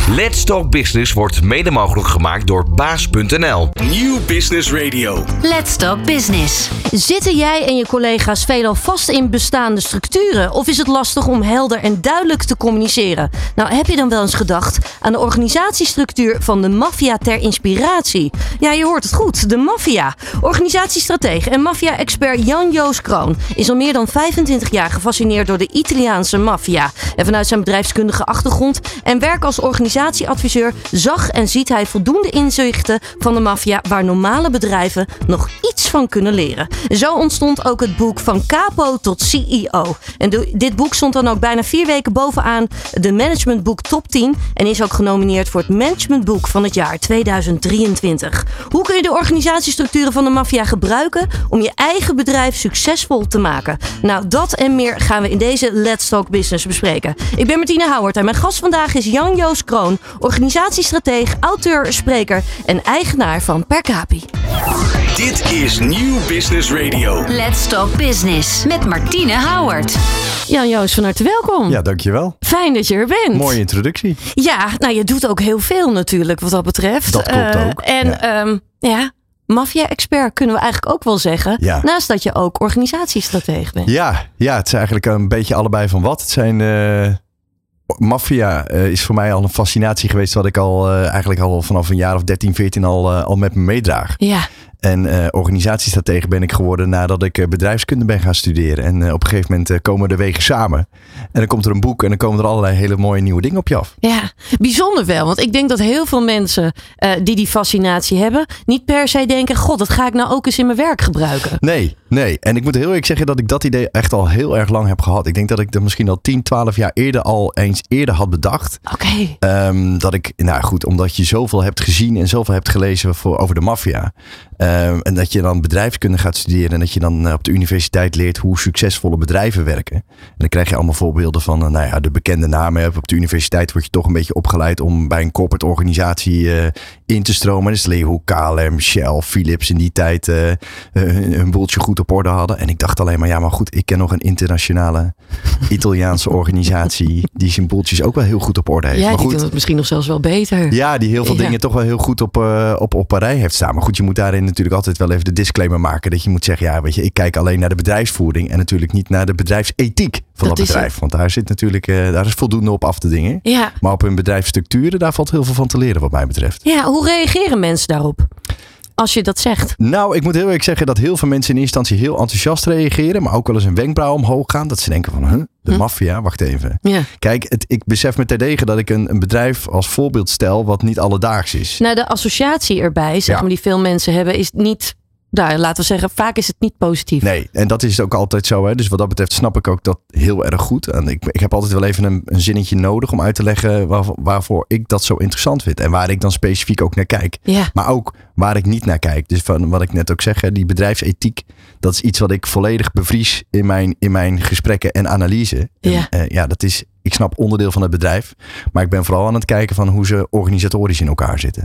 Let's Talk Business wordt mede mogelijk gemaakt door baas.nl. Nieuw Business Radio. Let's Talk Business. Zitten jij en je collega's veelal vast in bestaande structuren? Of is het lastig om helder en duidelijk te communiceren? Nou, heb je dan wel eens gedacht aan de organisatiestructuur van de maffia ter inspiratie? Ja, je hoort het goed. De maffia. Organisatiestratege en maffia-expert Jan-Joos Kroon is al meer dan 25 jaar gefascineerd door de Italiaanse maffia. En vanuit zijn bedrijfskundige achtergrond en werk als organisatieadviseur zag en ziet hij voldoende inzichten van de maffia waar normale bedrijven nog iets van kunnen leren. Zo ontstond ook het boek Van Capo tot CEO. En dit boek stond dan ook bijna 4 weken bovenaan de managementboek Top 10 en is ook genomineerd voor het managementboek van het jaar 2023. Hoe kun je de organisatiestructuren van de maffia gebruiken om je eigen bedrijf succesvol te maken? Nou, dat en meer gaan we in deze Let's Talk Business bespreken. Ik ben Martine Houwert en mijn gast vandaag is Jan-Joos Kroon, organisatiestratege, auteur, spreker en eigenaar van Percapi. Dit is Nieuw Business Radio. Let's Talk Business met Martine Houwert. Jan-Joos, van harte welkom. Ja, dankjewel. Fijn dat je er bent. Mooie introductie. Ja, nou je doet ook heel veel natuurlijk wat dat betreft. Dat klopt ook. En maffia-expert kunnen we eigenlijk ook wel zeggen. Ja. Naast dat je ook organisatiestratege bent. Ja, het is eigenlijk een beetje allebei van wat. Het zijn... Maffia is voor mij al een fascinatie geweest wat ik eigenlijk al vanaf een jaar of 13, 14 al met me meedraag. Ja. En organisatiestratege ben ik geworden nadat ik bedrijfskunde ben gaan studeren. En op een gegeven moment komen de wegen samen. En dan komt er een boek en dan komen er allerlei hele mooie nieuwe dingen op je af. Ja, bijzonder wel. Want ik denk dat heel veel mensen die fascinatie hebben, niet per se denken, god, dat ga ik nou ook eens in mijn werk gebruiken. Nee. En ik moet heel eerlijk zeggen dat ik dat idee echt al heel erg lang heb gehad. Ik denk dat ik dat misschien al 10, 12 jaar eerder had bedacht. Oké. Dat ik, omdat je zoveel hebt gezien en zoveel hebt gelezen over de maffia. En dat je dan bedrijfskunde gaat studeren en dat je dan op de universiteit leert hoe succesvolle bedrijven werken. En dan krijg je allemaal voorbeelden van de bekende namen. Op de universiteit word je toch een beetje opgeleid om bij een corporate organisatie in te stromen. Dus leer je hoe KLM, Shell, Philips in die tijd hun boeltje goed op orde hadden. En ik dacht alleen maar goed, ik ken nog een internationale Italiaanse organisatie die zijn boeltjes ook wel heel goed op orde heeft. Ja, maar die goed, doen het misschien nog zelfs wel beter. Ja, die heel veel dingen toch wel heel goed op een rij heeft staan. Maar goed, je moet daarin natuurlijk altijd wel even de disclaimer maken. Dat je moet zeggen, ik kijk alleen naar de bedrijfsvoering en natuurlijk niet naar de bedrijfsethiek van dat bedrijf. Want daar zit natuurlijk, daar is voldoende op af te dingen. Ja. Maar op hun bedrijfsstructuren, daar valt heel veel van te leren wat mij betreft. Ja, hoe reageren mensen daarop? Als je dat zegt. Nou, ik moet heel eerlijk zeggen dat heel veel mensen in eerste instantie heel enthousiast reageren. Maar ook wel eens een wenkbrauw omhoog gaan. Dat ze denken van, de maffia, wacht even. Ja. Kijk, ik besef me terdege dat ik een bedrijf als voorbeeld stel wat niet alledaags is. Nou, de associatie erbij, zeg maar, die veel mensen hebben, is niet... Nou, laten we zeggen, vaak is het niet positief. Nee, en dat is ook altijd zo. Hè? Dus wat dat betreft snap ik ook dat heel erg goed. En ik heb altijd wel even een zinnetje nodig om uit te leggen waarvoor ik dat zo interessant vind. En waar ik dan specifiek ook naar kijk. Ja. Maar ook waar ik niet naar kijk. Dus van wat ik net ook zeg, die bedrijfsethiek. Dat is iets wat ik volledig bevries in mijn gesprekken en analyse. Ja. En, dat is, ik snap, onderdeel van het bedrijf. Maar ik ben vooral aan het kijken van hoe ze organisatorisch in elkaar zitten.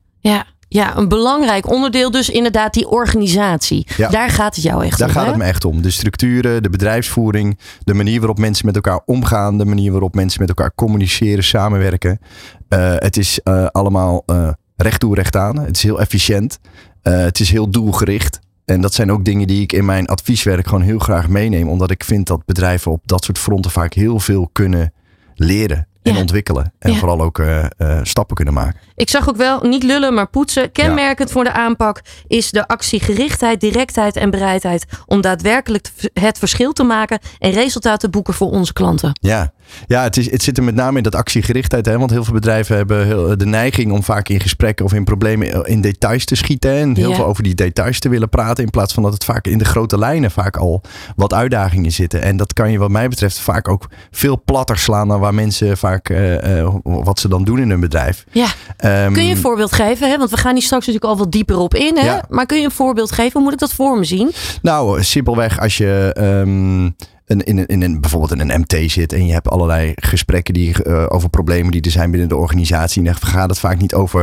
Ja, een belangrijk onderdeel dus inderdaad die organisatie. Ja. Daar gaat het jou echt om. Daar gaat het me echt om. De structuren, de bedrijfsvoering, de manier waarop mensen met elkaar omgaan, de manier waarop mensen met elkaar communiceren, samenwerken. Het is allemaal recht toe, recht aan. Het is heel efficiënt. Het is heel doelgericht. En dat zijn ook dingen die ik in mijn advieswerk gewoon heel graag meeneem. Omdat ik vind dat bedrijven op dat soort fronten vaak heel veel kunnen leren. En ontwikkelen. En vooral ook stappen kunnen maken. Ik zag ook wel, niet lullen, maar poetsen. Kenmerkend voor de aanpak is de actiegerichtheid, directheid en bereidheid om daadwerkelijk het verschil te maken en resultaten te boeken voor onze klanten. Ja, het zit er met name in dat actiegerichtheid. Hè? Want heel veel bedrijven hebben de neiging om vaak in gesprekken of in problemen in details te schieten. En heel veel over die details te willen praten. In plaats van dat het vaak in de grote lijnen vaak al wat uitdagingen zitten. En dat kan je wat mij betreft vaak ook veel platter slaan dan waar mensen vaak wat ze dan doen in hun bedrijf. Ja. Kun je een voorbeeld geven? Hè? Want we gaan hier straks natuurlijk al wat dieper op in. Hè? Ja. Maar kun je een voorbeeld geven? Hoe moet ik dat voor me zien? Nou, simpelweg als je bijvoorbeeld in een MT zit en je hebt allerlei gesprekken over problemen die er zijn binnen de organisatie. En dan gaat het vaak niet over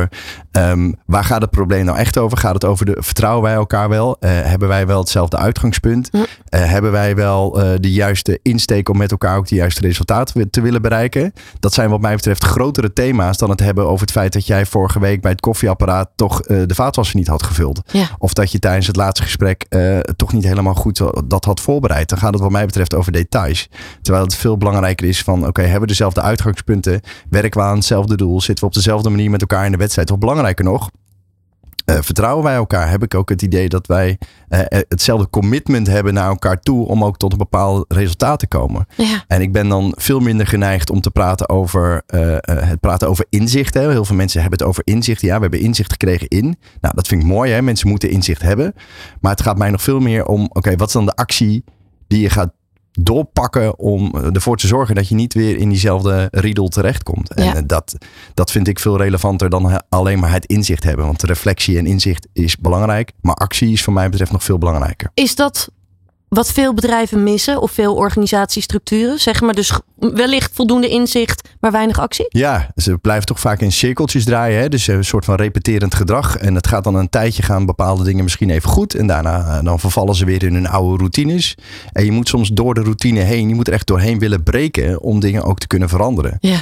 Waar gaat het probleem nou echt over? Gaat het over vertrouwen wij elkaar wel? Hebben wij wel hetzelfde uitgangspunt? Hebben wij wel de juiste insteek om met elkaar ook de juiste resultaten te willen bereiken? Dat zijn wat mij betreft grotere thema's dan het hebben over het feit dat jij vorige week bij het koffieapparaat toch de vaatwasser niet had gevuld. Ja. Of dat je tijdens het laatste gesprek toch niet helemaal goed dat had voorbereid. Dan gaat het wat mij betreft over details. Terwijl het veel belangrijker is van oké, hebben we dezelfde uitgangspunten? Werken we aan hetzelfde doel? Zitten we op dezelfde manier met elkaar in de wedstrijd? Wat belangrijker nog, vertrouwen wij elkaar? Heb ik ook het idee dat wij hetzelfde commitment hebben naar elkaar toe om ook tot een bepaald resultaat te komen? Ja. En ik ben dan veel minder geneigd om te praten over het praten over inzicht. Hè. Heel veel mensen hebben het over inzicht. Ja, we hebben inzicht gekregen in. Nou, dat vind ik mooi. Hè. Mensen moeten inzicht hebben. Maar het gaat mij nog veel meer om, oké, wat is dan de actie die je gaat doorpakken om ervoor te zorgen dat je niet weer in diezelfde riedel terechtkomt. Ja. En dat vind ik veel relevanter dan alleen maar het inzicht hebben. Want de reflectie en inzicht is belangrijk. Maar actie is voor mij betreft nog veel belangrijker. Is dat wat veel bedrijven missen of veel organisatiestructuren? Zeg maar dus wellicht voldoende inzicht, maar weinig actie? Ja, ze blijven toch vaak in cirkeltjes draaien. Hè? Dus een soort van repeterend gedrag. En het gaat dan een tijdje gaan bepaalde dingen misschien even goed. En daarna dan vervallen ze weer in hun oude routines. En je moet soms door de routine heen. Je moet er echt doorheen willen breken om dingen ook te kunnen veranderen. Ja.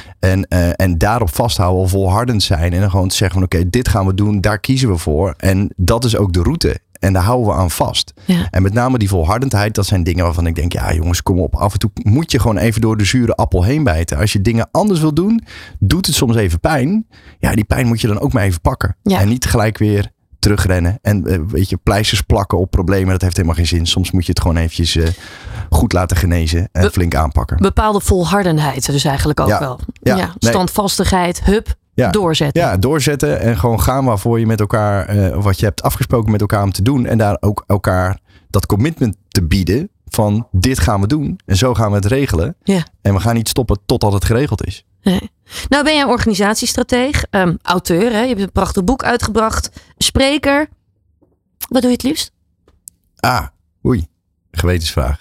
En daarop vasthouden, volhardend zijn. En dan gewoon te zeggen van oké, dit gaan we doen. Daar kiezen we voor. En dat is ook de route. En daar houden we aan vast. Ja. En met name die volhardendheid, dat zijn dingen waarvan ik denk, ja jongens, kom op. Af en toe moet je gewoon even door de zure appel heen bijten. Als je dingen anders wil doen, doet het soms even pijn. Ja, die pijn moet je dan ook maar even pakken. Ja. En niet gelijk weer terugrennen. En pleisters plakken op problemen, dat heeft helemaal geen zin. Soms moet je het gewoon eventjes goed laten genezen en flink aanpakken. Bepaalde volhardendheid dus eigenlijk ook wel. Ja, standvastigheid, doorzetten. Ja, doorzetten en gewoon gaan waarvoor je met elkaar, wat je hebt afgesproken met elkaar om te doen. En daar ook elkaar dat commitment te bieden van dit gaan we doen. En zo gaan we het regelen. Ja. En we gaan niet stoppen totdat het geregeld is. Nee. Nou ben jij een organisatiestrateeg, auteur. Hè? Je hebt een prachtig boek uitgebracht. Spreker. Wat doe je het liefst? Gewetensvraag.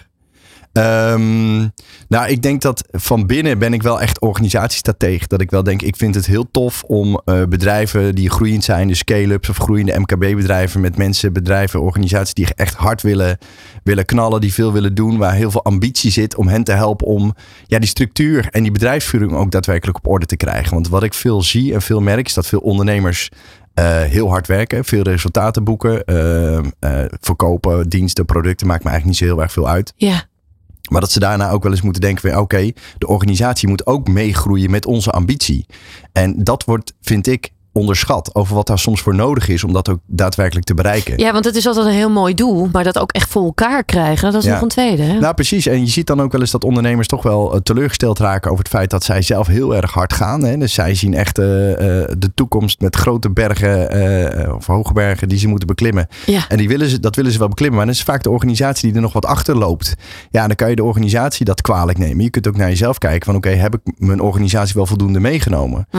Nou, ik denk dat van binnen ben ik wel echt organisatiestrateeg. Dat ik wel denk, ik vind het heel tof om bedrijven die groeiend zijn, dus scale-ups of groeiende MKB-bedrijven met mensen, bedrijven, organisaties die echt hard willen knallen, die veel willen doen, waar heel veel ambitie zit om hen te helpen om die structuur en die bedrijfsvoering ook daadwerkelijk op orde te krijgen. Want wat ik veel zie en veel merk is dat veel ondernemers heel hard werken, veel resultaten boeken, verkopen, diensten, producten, maakt me eigenlijk niet zo heel erg veel uit. Ja. Maar dat ze daarna ook wel eens moeten denken van oké, de organisatie moet ook meegroeien met onze ambitie. En dat wordt, vind ik, onderschat over wat daar soms voor nodig is om dat ook daadwerkelijk te bereiken. Ja, want het is altijd een heel mooi doel, maar dat ook echt voor elkaar krijgen, dat is nog een tweede. Hè? Nou, precies. En je ziet dan ook wel eens dat ondernemers toch wel teleurgesteld raken over het feit dat zij zelf heel erg hard gaan. Hè? Dus zij zien echt de toekomst met grote bergen of hoge bergen die ze moeten beklimmen. Ja. En dat willen ze wel beklimmen, maar dan is het vaak de organisatie die er nog wat achter loopt. Ja, dan kan je de organisatie dat kwalijk nemen. Je kunt ook naar jezelf kijken van oké, heb ik mijn organisatie wel voldoende meegenomen?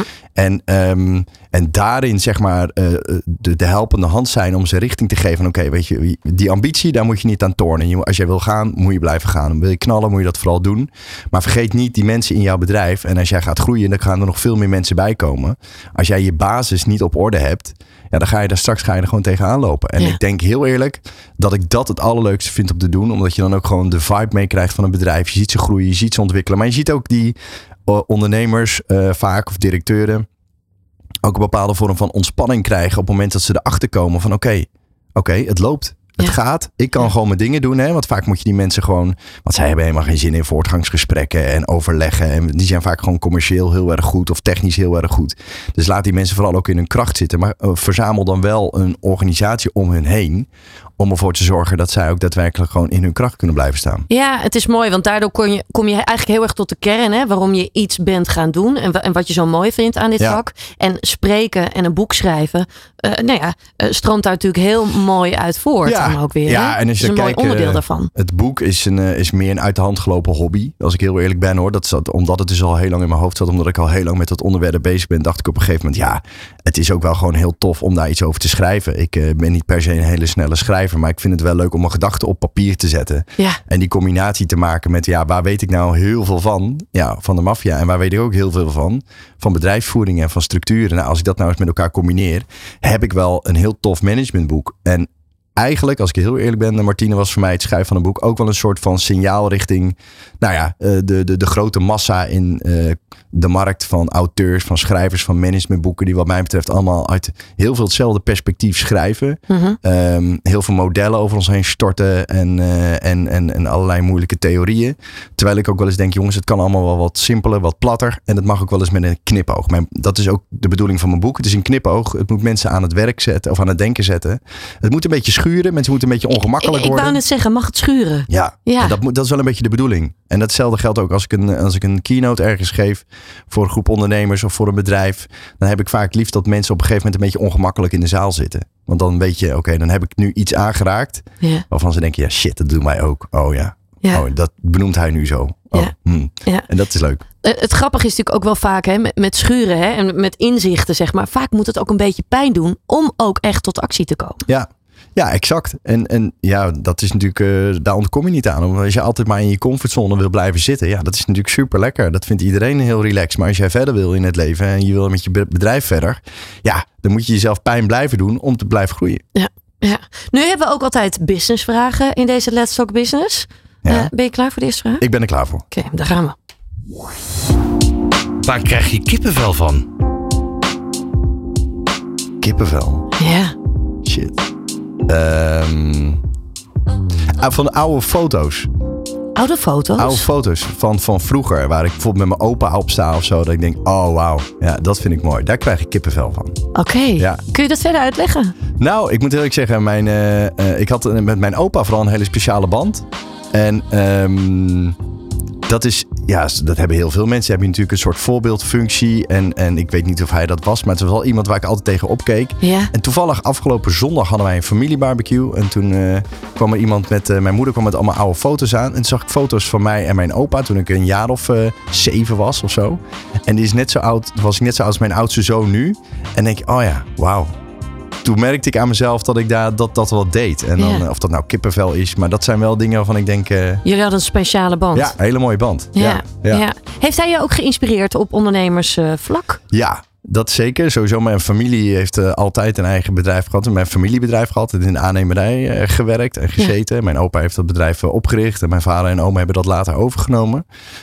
En daarin zeg maar de helpende hand zijn om ze richting te geven van oké, weet je, die ambitie, daar moet je niet aan tornen. Als jij wil gaan, moet je blijven gaan. Wil je knallen, moet je dat vooral doen. Maar vergeet niet die mensen in jouw bedrijf. En als jij gaat groeien, dan gaan er nog veel meer mensen bij komen. Als jij je basis niet op orde hebt, ja, dan ga je er gewoon tegenaan lopen. En ik denk heel eerlijk dat ik dat het allerleukste vind om te doen. Omdat je dan ook gewoon de vibe meekrijgt van een bedrijf. Je ziet ze groeien, je ziet ze ontwikkelen. Maar je ziet ook die ondernemers vaak of directeuren ook een bepaalde vorm van ontspanning krijgen op het moment dat ze erachter komen van oké, het loopt. Het gaat. Ik kan gewoon mijn dingen doen. Hè? Want vaak moet je die mensen gewoon, want zij hebben helemaal geen zin in voortgangsgesprekken en overleggen. En die zijn vaak gewoon commercieel heel erg goed of technisch heel erg goed. Dus laat die mensen vooral ook in hun kracht zitten. Maar verzamel dan wel een organisatie om hun heen. Om ervoor te zorgen dat zij ook daadwerkelijk gewoon in hun kracht kunnen blijven staan. Ja, het is mooi. Want daardoor kom je eigenlijk heel erg tot de kern. Hè, waarom je iets bent gaan doen. En wat je zo mooi vindt aan dit vak. En spreken en een boek schrijven. Stroomt daar natuurlijk heel mooi uit voort. Ja, ook weer, ja, en als je kijkt, een mooi onderdeel daarvan. Het boek is meer een uit de hand gelopen hobby. Als ik heel eerlijk ben hoor. Omdat het dus al heel lang in mijn hoofd zat. Omdat ik al heel lang met dat onderwerp bezig ben. Dacht ik op een gegeven moment. Ja, het is ook wel gewoon heel tof om daar iets over te schrijven. Ik ben niet per se een hele snelle schrijver. schrijver. Maar ik vind het wel leuk om mijn gedachten op papier te zetten. Ja. En die combinatie te maken met, waar weet ik nou heel veel van? Ja, van de maffia. En waar weet ik ook heel veel van? Van bedrijfsvoering en van structuren. Nou, als ik dat nou eens met elkaar combineer, heb ik wel een heel tof managementboek. En eigenlijk, als ik heel eerlijk ben, Martine, was voor mij het schrijven van een boek ook wel een soort van signaal richting, de grote massa in de markt van auteurs, van schrijvers, van managementboeken, die wat mij betreft allemaal uit heel veel hetzelfde perspectief schrijven. Mm-hmm. Heel veel modellen over ons heen storten en allerlei moeilijke theorieën. Terwijl ik ook wel eens denk, jongens, het kan allemaal wel wat simpeler, wat platter. En dat mag ook wel eens met een knipoog. Dat is ook de bedoeling van mijn boek. Het is een knipoog. Het moet mensen aan het werk zetten of aan het denken zetten. Het moet een beetje schuren. Mensen moeten een beetje ongemakkelijk worden. Ik wou net zeggen, mag het schuren? Ja. Dat is wel een beetje de bedoeling. En datzelfde geldt ook als ik een keynote ergens geef voor een groep ondernemers of voor een bedrijf. Dan heb ik vaak liefst dat mensen op een gegeven moment een beetje ongemakkelijk in de zaal zitten. Want dan weet je, oké, dan heb ik nu iets aangeraakt. Ja. Waarvan ze denken, ja shit, dat doen wij ook. Oh ja. Ja. Oh, dat benoemt hij nu zo. Oh, ja. En dat is leuk. Het grappige is natuurlijk ook wel vaak met schuren en met inzichten, zeg maar. Vaak moet het ook een beetje pijn doen om ook echt tot actie te komen. Ja, exact. En dat is natuurlijk, daar ontkom je niet aan. Want als je altijd maar in je comfortzone wil blijven zitten, dat is natuurlijk super lekker. Dat vindt iedereen heel relaxed. Maar als jij verder wil in het leven en je wil met je bedrijf verder, dan moet je jezelf pijn blijven doen om te blijven groeien. Ja. Nu hebben we ook altijd businessvragen in deze Let's Talk Business. Ja. Ben je klaar voor de eerste vraag? Ik ben er klaar voor. Oké, daar gaan we. Waar krijg je kippenvel van? Kippenvel? Ja. Shit. Van oude foto's. Oude foto's? Oude foto's van vroeger. Waar ik bijvoorbeeld met mijn opa op sta of zo. Dat ik denk, oh wauw. Ja, dat vind ik mooi. Daar krijg ik kippenvel van. Oké. Ja. Kun je dat verder uitleggen? Nou, ik moet eerlijk zeggen. Ik had met mijn opa vooral een hele speciale band. En dat is, dat hebben heel veel mensen. Hebben natuurlijk een soort voorbeeldfunctie. En ik weet niet of hij dat was. Maar het was wel iemand waar ik altijd tegen opkeek. Ja. En toevallig afgelopen zondag hadden wij een familiebarbecue. En toen kwam er iemand mijn moeder kwam met allemaal oude foto's aan. En toen zag ik foto's van mij en mijn opa. Toen ik een jaar of 7 was of zo. En die is net zo oud. Was ik net zo oud als mijn oudste zoon nu. En denk ik, oh ja, wauw. Toen merkte ik aan mezelf dat ik dat wel deed. En dan, of dat nou kippenvel is. Maar dat zijn wel dingen waarvan ik denk... Jullie hadden een speciale band. Ja, een hele mooie band. Ja. Heeft hij je ook geïnspireerd op ondernemersvlak? Ja, dat zeker. Sowieso mijn familie heeft altijd een eigen bedrijf gehad. Mijn familiebedrijf gehad. In de aannemerij gewerkt en gezeten. Ja. Mijn opa heeft dat bedrijf opgericht. En mijn vader en oma hebben dat later overgenomen.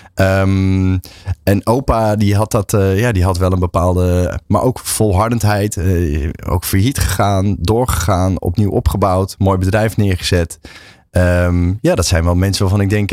En opa die had dat, die had wel een bepaalde, maar ook volhardendheid. Ook failliet gegaan, doorgegaan, opnieuw opgebouwd, mooi bedrijf neergezet. Dat zijn wel mensen waarvan ik denk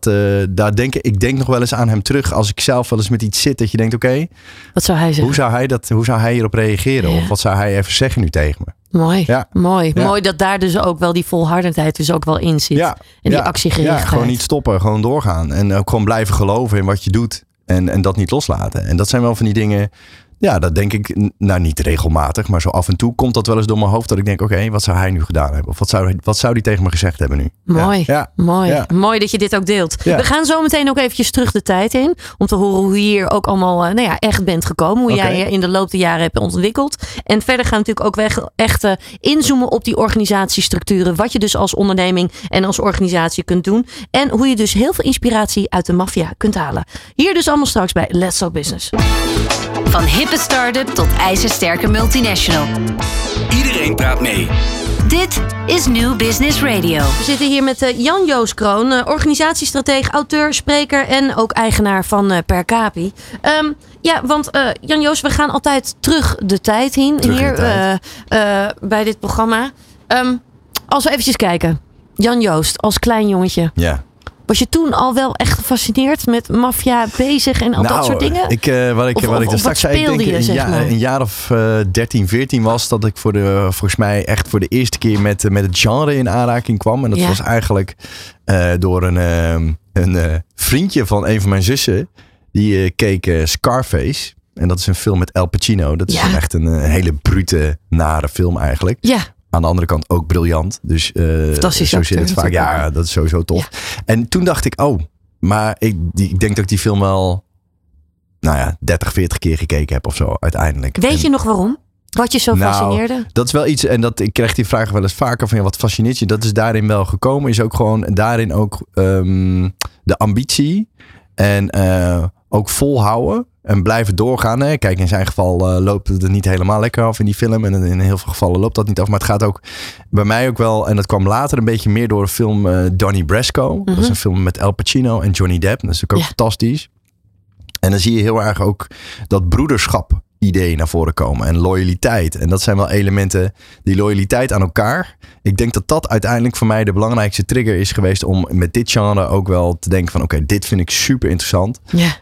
ik denk nog wel eens aan hem terug als ik zelf wel eens met iets zit dat je denkt, oké, wat zou hij zeggen? Hoe zou hij hierop reageren? Ja. Of wat zou hij even zeggen nu tegen me? Mooi, mooi. Ja. Mooi dat daar dus ook wel die volhardendheid dus ook wel in zit. Ja. En die actiegerichtheid. Ja, gewoon niet stoppen, gewoon doorgaan. En ook gewoon blijven geloven in wat je doet. En dat niet loslaten. En dat zijn wel van die dingen. Ja, dat denk ik, niet regelmatig, maar zo af en toe komt dat wel eens door mijn hoofd dat ik denk, oké, wat zou hij nu gedaan hebben? Of wat zou die tegen me gezegd hebben nu? Mooi, mooi dat je dit ook deelt. Ja. We gaan zo meteen ook eventjes terug de tijd in, om te horen hoe je hier ook allemaal echt bent gekomen. Hoe jij je in de loop der jaren hebt ontwikkeld. En verder gaan we natuurlijk ook echt inzoomen op die organisatiestructuren, wat je dus als onderneming en als organisatie kunt doen. En hoe je dus heel veel inspiratie uit de maffia kunt halen. Hier dus allemaal straks bij Let's Talk Business. Van hippe start-up tot ijzersterke multinational. Iedereen praat mee. Dit is New Business Radio. We zitten hier met Jan-Joos Kroon, organisatiestratege, auteur, spreker en ook eigenaar van Percapi. Want Jan-Joos, we gaan altijd terug de tijd in bij dit programma. Als we eventjes kijken. Jan-Joos, als klein jongetje. Ja. Was je toen al wel echt gefascineerd met maffia bezig en al dat soort dingen? Wat ik straks zei, ik denk een jaar of 13, 14 was dat ik volgens mij echt voor de eerste keer met het genre in aanraking kwam. En dat was eigenlijk door een vriendje van een van mijn zussen. Die keek Scarface. En dat is een film met Al Pacino. Dat is echt een hele brute, nare film eigenlijk. Ja. Aan de andere kant ook briljant. Dus fantastisch. Zo zit het vaak. Ja, dat is sowieso tof. Ja. En toen dacht ik, maar ik denk dat ik die film wel 30, 40 keer gekeken heb of zo uiteindelijk. Weet je nog waarom? Wat je zo fascineerde? Dat is wel iets, en ik krijg die vraag wel eens vaker van wat fascineert je? Dat is daarin wel gekomen. Is ook gewoon daarin ook de ambitie en ook volhouden. En blijven doorgaan. Hè. Kijk, in zijn geval loopt het er niet helemaal lekker af in die film. En in heel veel gevallen loopt dat niet af. Maar het gaat ook bij mij ook wel. En dat kwam later een beetje meer door de film Donnie Brasco. Mm-hmm. Dat is een film met Al Pacino en Johnny Depp. Dat is natuurlijk ook fantastisch. En dan zie je heel erg ook dat broederschap idee naar voren komen. En loyaliteit. En dat zijn wel elementen. Die loyaliteit aan elkaar. Ik denk dat dat uiteindelijk voor mij de belangrijkste trigger is geweest. Om met dit genre ook wel te denken van oké, dit vind ik super interessant. Ja.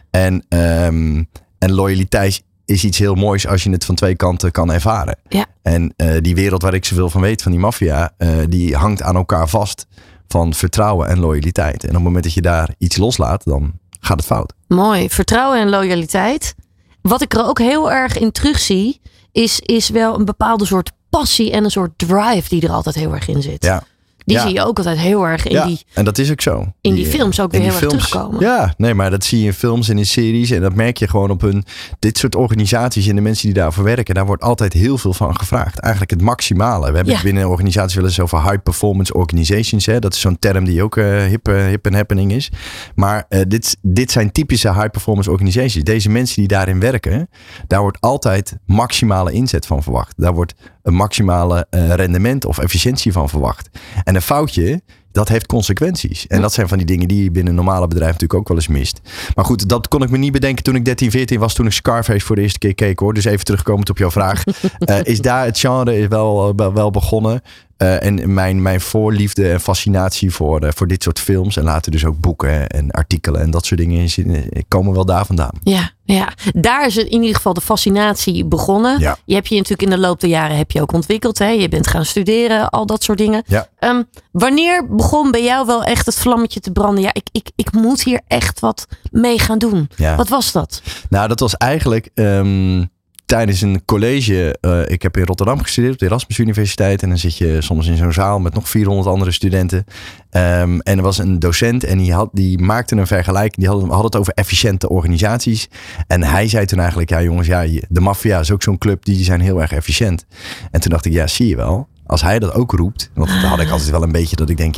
En loyaliteit is iets heel moois als je het van twee kanten kan ervaren. Ja. En die wereld waar ik zoveel van weet, van die maffia, die hangt aan elkaar vast van vertrouwen en loyaliteit. En op het moment dat je daar iets loslaat, dan gaat het fout. Mooi. Vertrouwen en loyaliteit. Wat ik er ook heel erg in terugzie, is wel een bepaalde soort passie en een soort drive die er altijd heel erg in zit. Ja. Die zie je ook altijd heel erg in die... En dat is ook zo. In die films ook weer heel erg terugkomen. Ja, nee, maar dat zie je in films en in series. En dat merk je gewoon op dit soort organisaties en de mensen die daarvoor werken. Daar wordt altijd heel veel van gevraagd. Eigenlijk het maximale. We hebben het binnen een organisatie wel eens over high performance organizations. Hè. Dat is zo'n term die ook hip en happening is. Maar dit zijn typische high performance organisations. Deze mensen die daarin werken, daar wordt altijd maximale inzet van verwacht. Daar wordt een maximale rendement of efficiëntie van verwacht. En een foutje, dat heeft consequenties. En dat zijn van die dingen die je binnen een normale bedrijf natuurlijk ook wel eens mist. Maar goed, dat kon ik me niet bedenken toen ik 13, 14 was. Toen ik Scarface voor de eerste keer keek hoor. Dus even terugkomend op jouw vraag. Is daar het genre wel begonnen. En mijn voorliefde en fascinatie voor dit soort films. En later dus ook boeken en artikelen en dat soort dingen. Komen wel daar vandaan. Ja, daar is het in ieder geval de fascinatie begonnen. Ja. Je hebt je natuurlijk in de loop der jaren ook ontwikkeld. Hè? Je bent gaan studeren, al dat soort dingen. Ja. Wanneer begon bij jou wel echt het vlammetje te branden? Ja, ik moet hier echt wat mee gaan doen. Ja. Wat was dat? Nou, dat was eigenlijk tijdens een college. Ik heb in Rotterdam gestudeerd op de Erasmus Universiteit. En dan zit je soms in zo'n zaal met nog 400 andere studenten. En er was een docent en die maakte een vergelijking. Die had het over efficiënte organisaties. En hij zei toen eigenlijk, ja jongens, de maffia is ook zo'n club. Die zijn heel erg efficiënt. En toen dacht ik, ja zie je wel. Als hij dat ook roept. Want dan had ik altijd wel een beetje dat ik denk,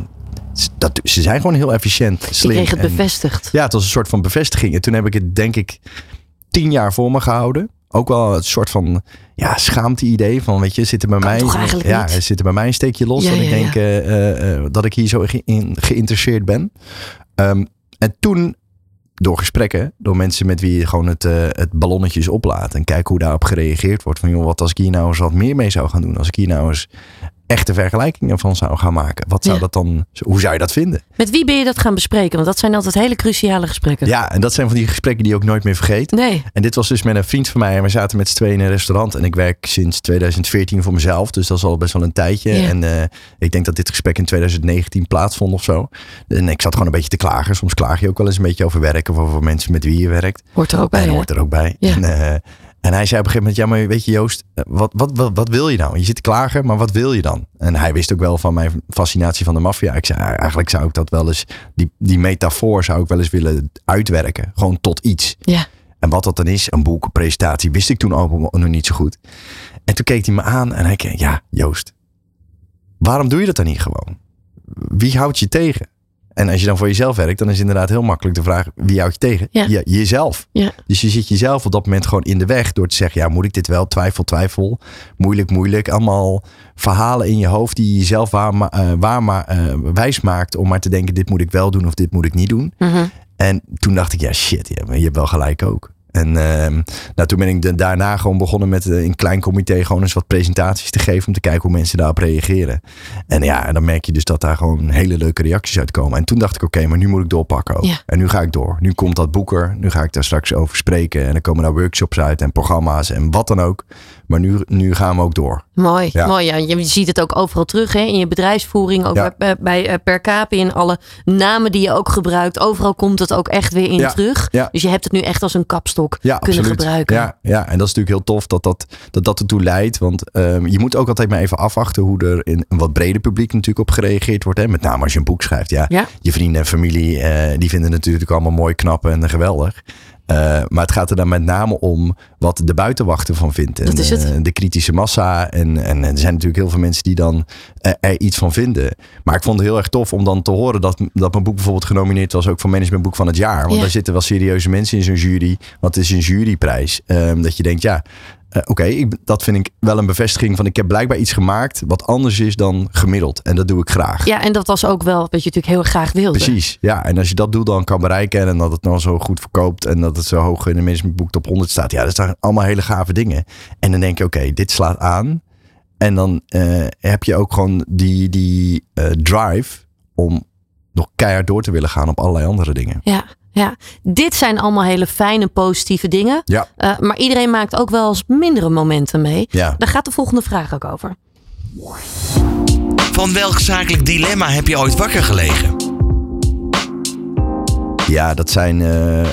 ze zijn gewoon heel efficiënt, slim. Je kreeg het bevestigd. Ja, het was een soort van bevestiging. En toen heb ik het denk ik 10 jaar voor me gehouden. Ook wel een soort van schaamte-idee van, weet je, zitten bij mij een steekje los. Ik denk dat ik hier zo in geïnteresseerd ben. En toen, door gesprekken, door mensen met wie je gewoon het ballonnetjes oplaat en kijken hoe daarop gereageerd wordt. Van joh, wat als ik hier nou eens wat meer mee zou gaan doen? Als ik hier nou eens echte vergelijkingen van zou gaan maken. Wat zou dat dan, hoe zou je dat vinden? Met wie ben je dat gaan bespreken? Want dat zijn altijd hele cruciale gesprekken. Ja, en dat zijn van die gesprekken die je ook nooit meer vergeet. Nee. En dit was dus met een vriend van mij. En we zaten met z'n tweeën in een restaurant. En ik werk sinds 2014 voor mezelf. Dus dat is al best wel een tijdje. Ja. En ik denk dat dit gesprek in 2019 plaatsvond of zo. En ik zat gewoon een beetje te klagen. Soms klaag je ook wel eens een beetje over werken. Of over mensen met wie je werkt. Hoort er ook bij. Hoort er ook bij. Ja. En hij zei op een gegeven moment, ja maar weet je Joost, wat wil je nou? Je zit te klagen, maar wat wil je dan? En hij wist ook wel van mijn fascinatie van de maffia. Ik zei, eigenlijk zou ik dat wel eens, die metafoor zou ik wel eens willen uitwerken. Gewoon tot iets. Ja. En wat dat dan is, een boek, een presentatie, wist ik toen ook nog niet zo goed. En toen keek hij me aan en hij zei, ja Joost, waarom doe je dat dan niet gewoon? Wie houdt je tegen? En als je dan voor jezelf werkt, dan is het inderdaad heel makkelijk de vraag, wie houdt je tegen? Ja, jezelf. Ja. Dus je zit jezelf op dat moment gewoon in de weg door te zeggen, ja, moet ik dit wel? Twijfel. Moeilijk. Allemaal verhalen in je hoofd die je jezelf wijs maakt om maar te denken, dit moet ik wel doen of dit moet ik niet doen. Mm-hmm. En toen dacht ik, ja shit, je hebt wel gelijk ook. En toen ben ik daarna gewoon begonnen met in een klein comité gewoon eens wat presentaties te geven om te kijken hoe mensen daarop reageren. En dan merk je dus dat daar gewoon hele leuke reacties uitkomen. En toen dacht ik, oké, maar nu moet ik doorpakken ook. Ja. En nu ga ik door. Nu komt dat boek er. Nu ga ik daar straks over spreken. En dan komen daar workshops uit en programma's en wat dan ook. Maar nu gaan we ook door. Mooi. Ja. Je ziet het ook overal terug, hè? In je bedrijfsvoering, ook bij Per Kapi, in alle namen die je ook gebruikt. Overal komt het ook echt weer in terug. Ja. Dus je hebt het nu echt als een kapstok kunnen gebruiken. Ja, en dat is natuurlijk heel tof dat ertoe leidt. Want je moet ook altijd maar even afwachten hoe er in een wat breder publiek natuurlijk op gereageerd wordt. Hè? Met name als je een boek schrijft. Ja. Je vrienden en familie, die vinden het natuurlijk allemaal mooi, knap en geweldig. Maar het gaat er dan met name om wat de buitenwacht ervan vindt. En, Dat is het. De kritische massa. En er zijn natuurlijk heel veel mensen die dan er iets van vinden. Maar ik vond het heel erg tof om dan te horen dat mijn boek bijvoorbeeld genomineerd was ook voor managementboek van het jaar. Want daar zitten wel serieuze mensen in zo'n jury. Want het is een juryprijs. Dat je denkt, dat vind ik wel een bevestiging van ik heb blijkbaar iets gemaakt wat anders is dan gemiddeld. En dat doe ik graag. Ja, en dat was ook wel wat je natuurlijk heel graag wilde. Precies, ja. En als je dat doel dan kan bereiken en dat het nou zo goed verkoopt en dat het zo hoog in de managementboek top 100 staat. Ja, dat zijn allemaal hele gave dingen. En dan denk je, oké, dit slaat aan. En dan heb je ook gewoon die drive om nog keihard door te willen gaan op allerlei andere dingen. Ja, dit zijn allemaal hele fijne, positieve dingen. Ja. Maar iedereen maakt ook wel eens mindere momenten mee. Ja. Daar gaat de volgende vraag ook over. Van welk zakelijk dilemma heb je ooit wakker gelegen? Ja, dat zijn...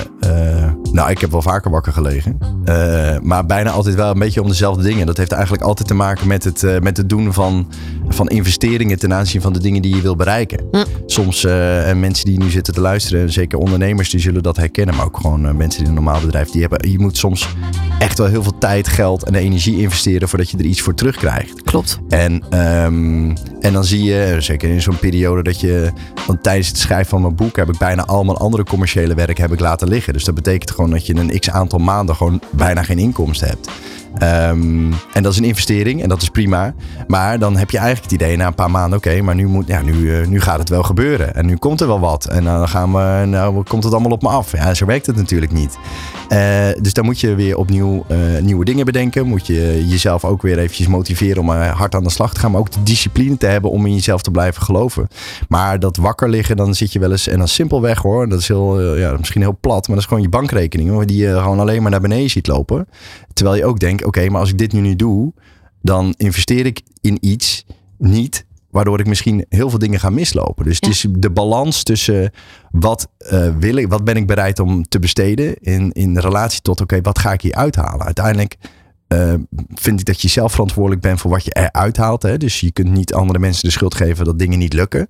ik heb wel vaker wakker gelegen. Maar bijna altijd wel een beetje om dezelfde dingen. Dat heeft eigenlijk altijd te maken met het doen van investeringen ten aanzien van de dingen die je wil bereiken. Soms mensen die nu zitten te luisteren, zeker ondernemers, die zullen dat herkennen. Maar ook gewoon mensen die een normaal bedrijf, je moet soms echt wel heel veel tijd, geld en energie investeren voordat je er iets voor terugkrijgt. Klopt. En dan zie je, zeker in zo'n periode dat je... Want tijdens het schrijven van mijn boek heb ik bijna al mijn andere commerciële werk heb ik laten liggen. Dus dat betekent gewoon dat je een x aantal maanden gewoon bijna geen inkomsten hebt. En dat is een investering en dat is prima. Maar dan heb je eigenlijk het idee na een paar maanden, oké, maar nu gaat het wel gebeuren. En nu komt er wel wat. En dan komt het allemaal op me af. Ja, zo werkt het natuurlijk niet. Dus dan moet je weer opnieuw nieuwe dingen bedenken. Moet je jezelf ook weer eventjes motiveren om hard aan de slag te gaan. Maar ook de discipline te hebben om in jezelf te blijven geloven. Maar dat wakker liggen, dan zit je wel eens... En dan simpelweg hoor, dat is misschien heel plat. Maar dat is gewoon je bankrekening die je gewoon alleen maar naar beneden ziet lopen. Terwijl je ook denkt, oké, maar als ik dit nu niet doe, dan investeer ik in iets niet, waardoor ik misschien heel veel dingen ga mislopen. Dus het is de balans tussen wat ben ik bereid om te besteden in relatie tot, oké, wat ga ik hier uithalen? Uiteindelijk vind ik dat je zelf verantwoordelijk bent voor wat je eruit haalt. Hè? Dus je kunt niet andere mensen de schuld geven dat dingen niet lukken.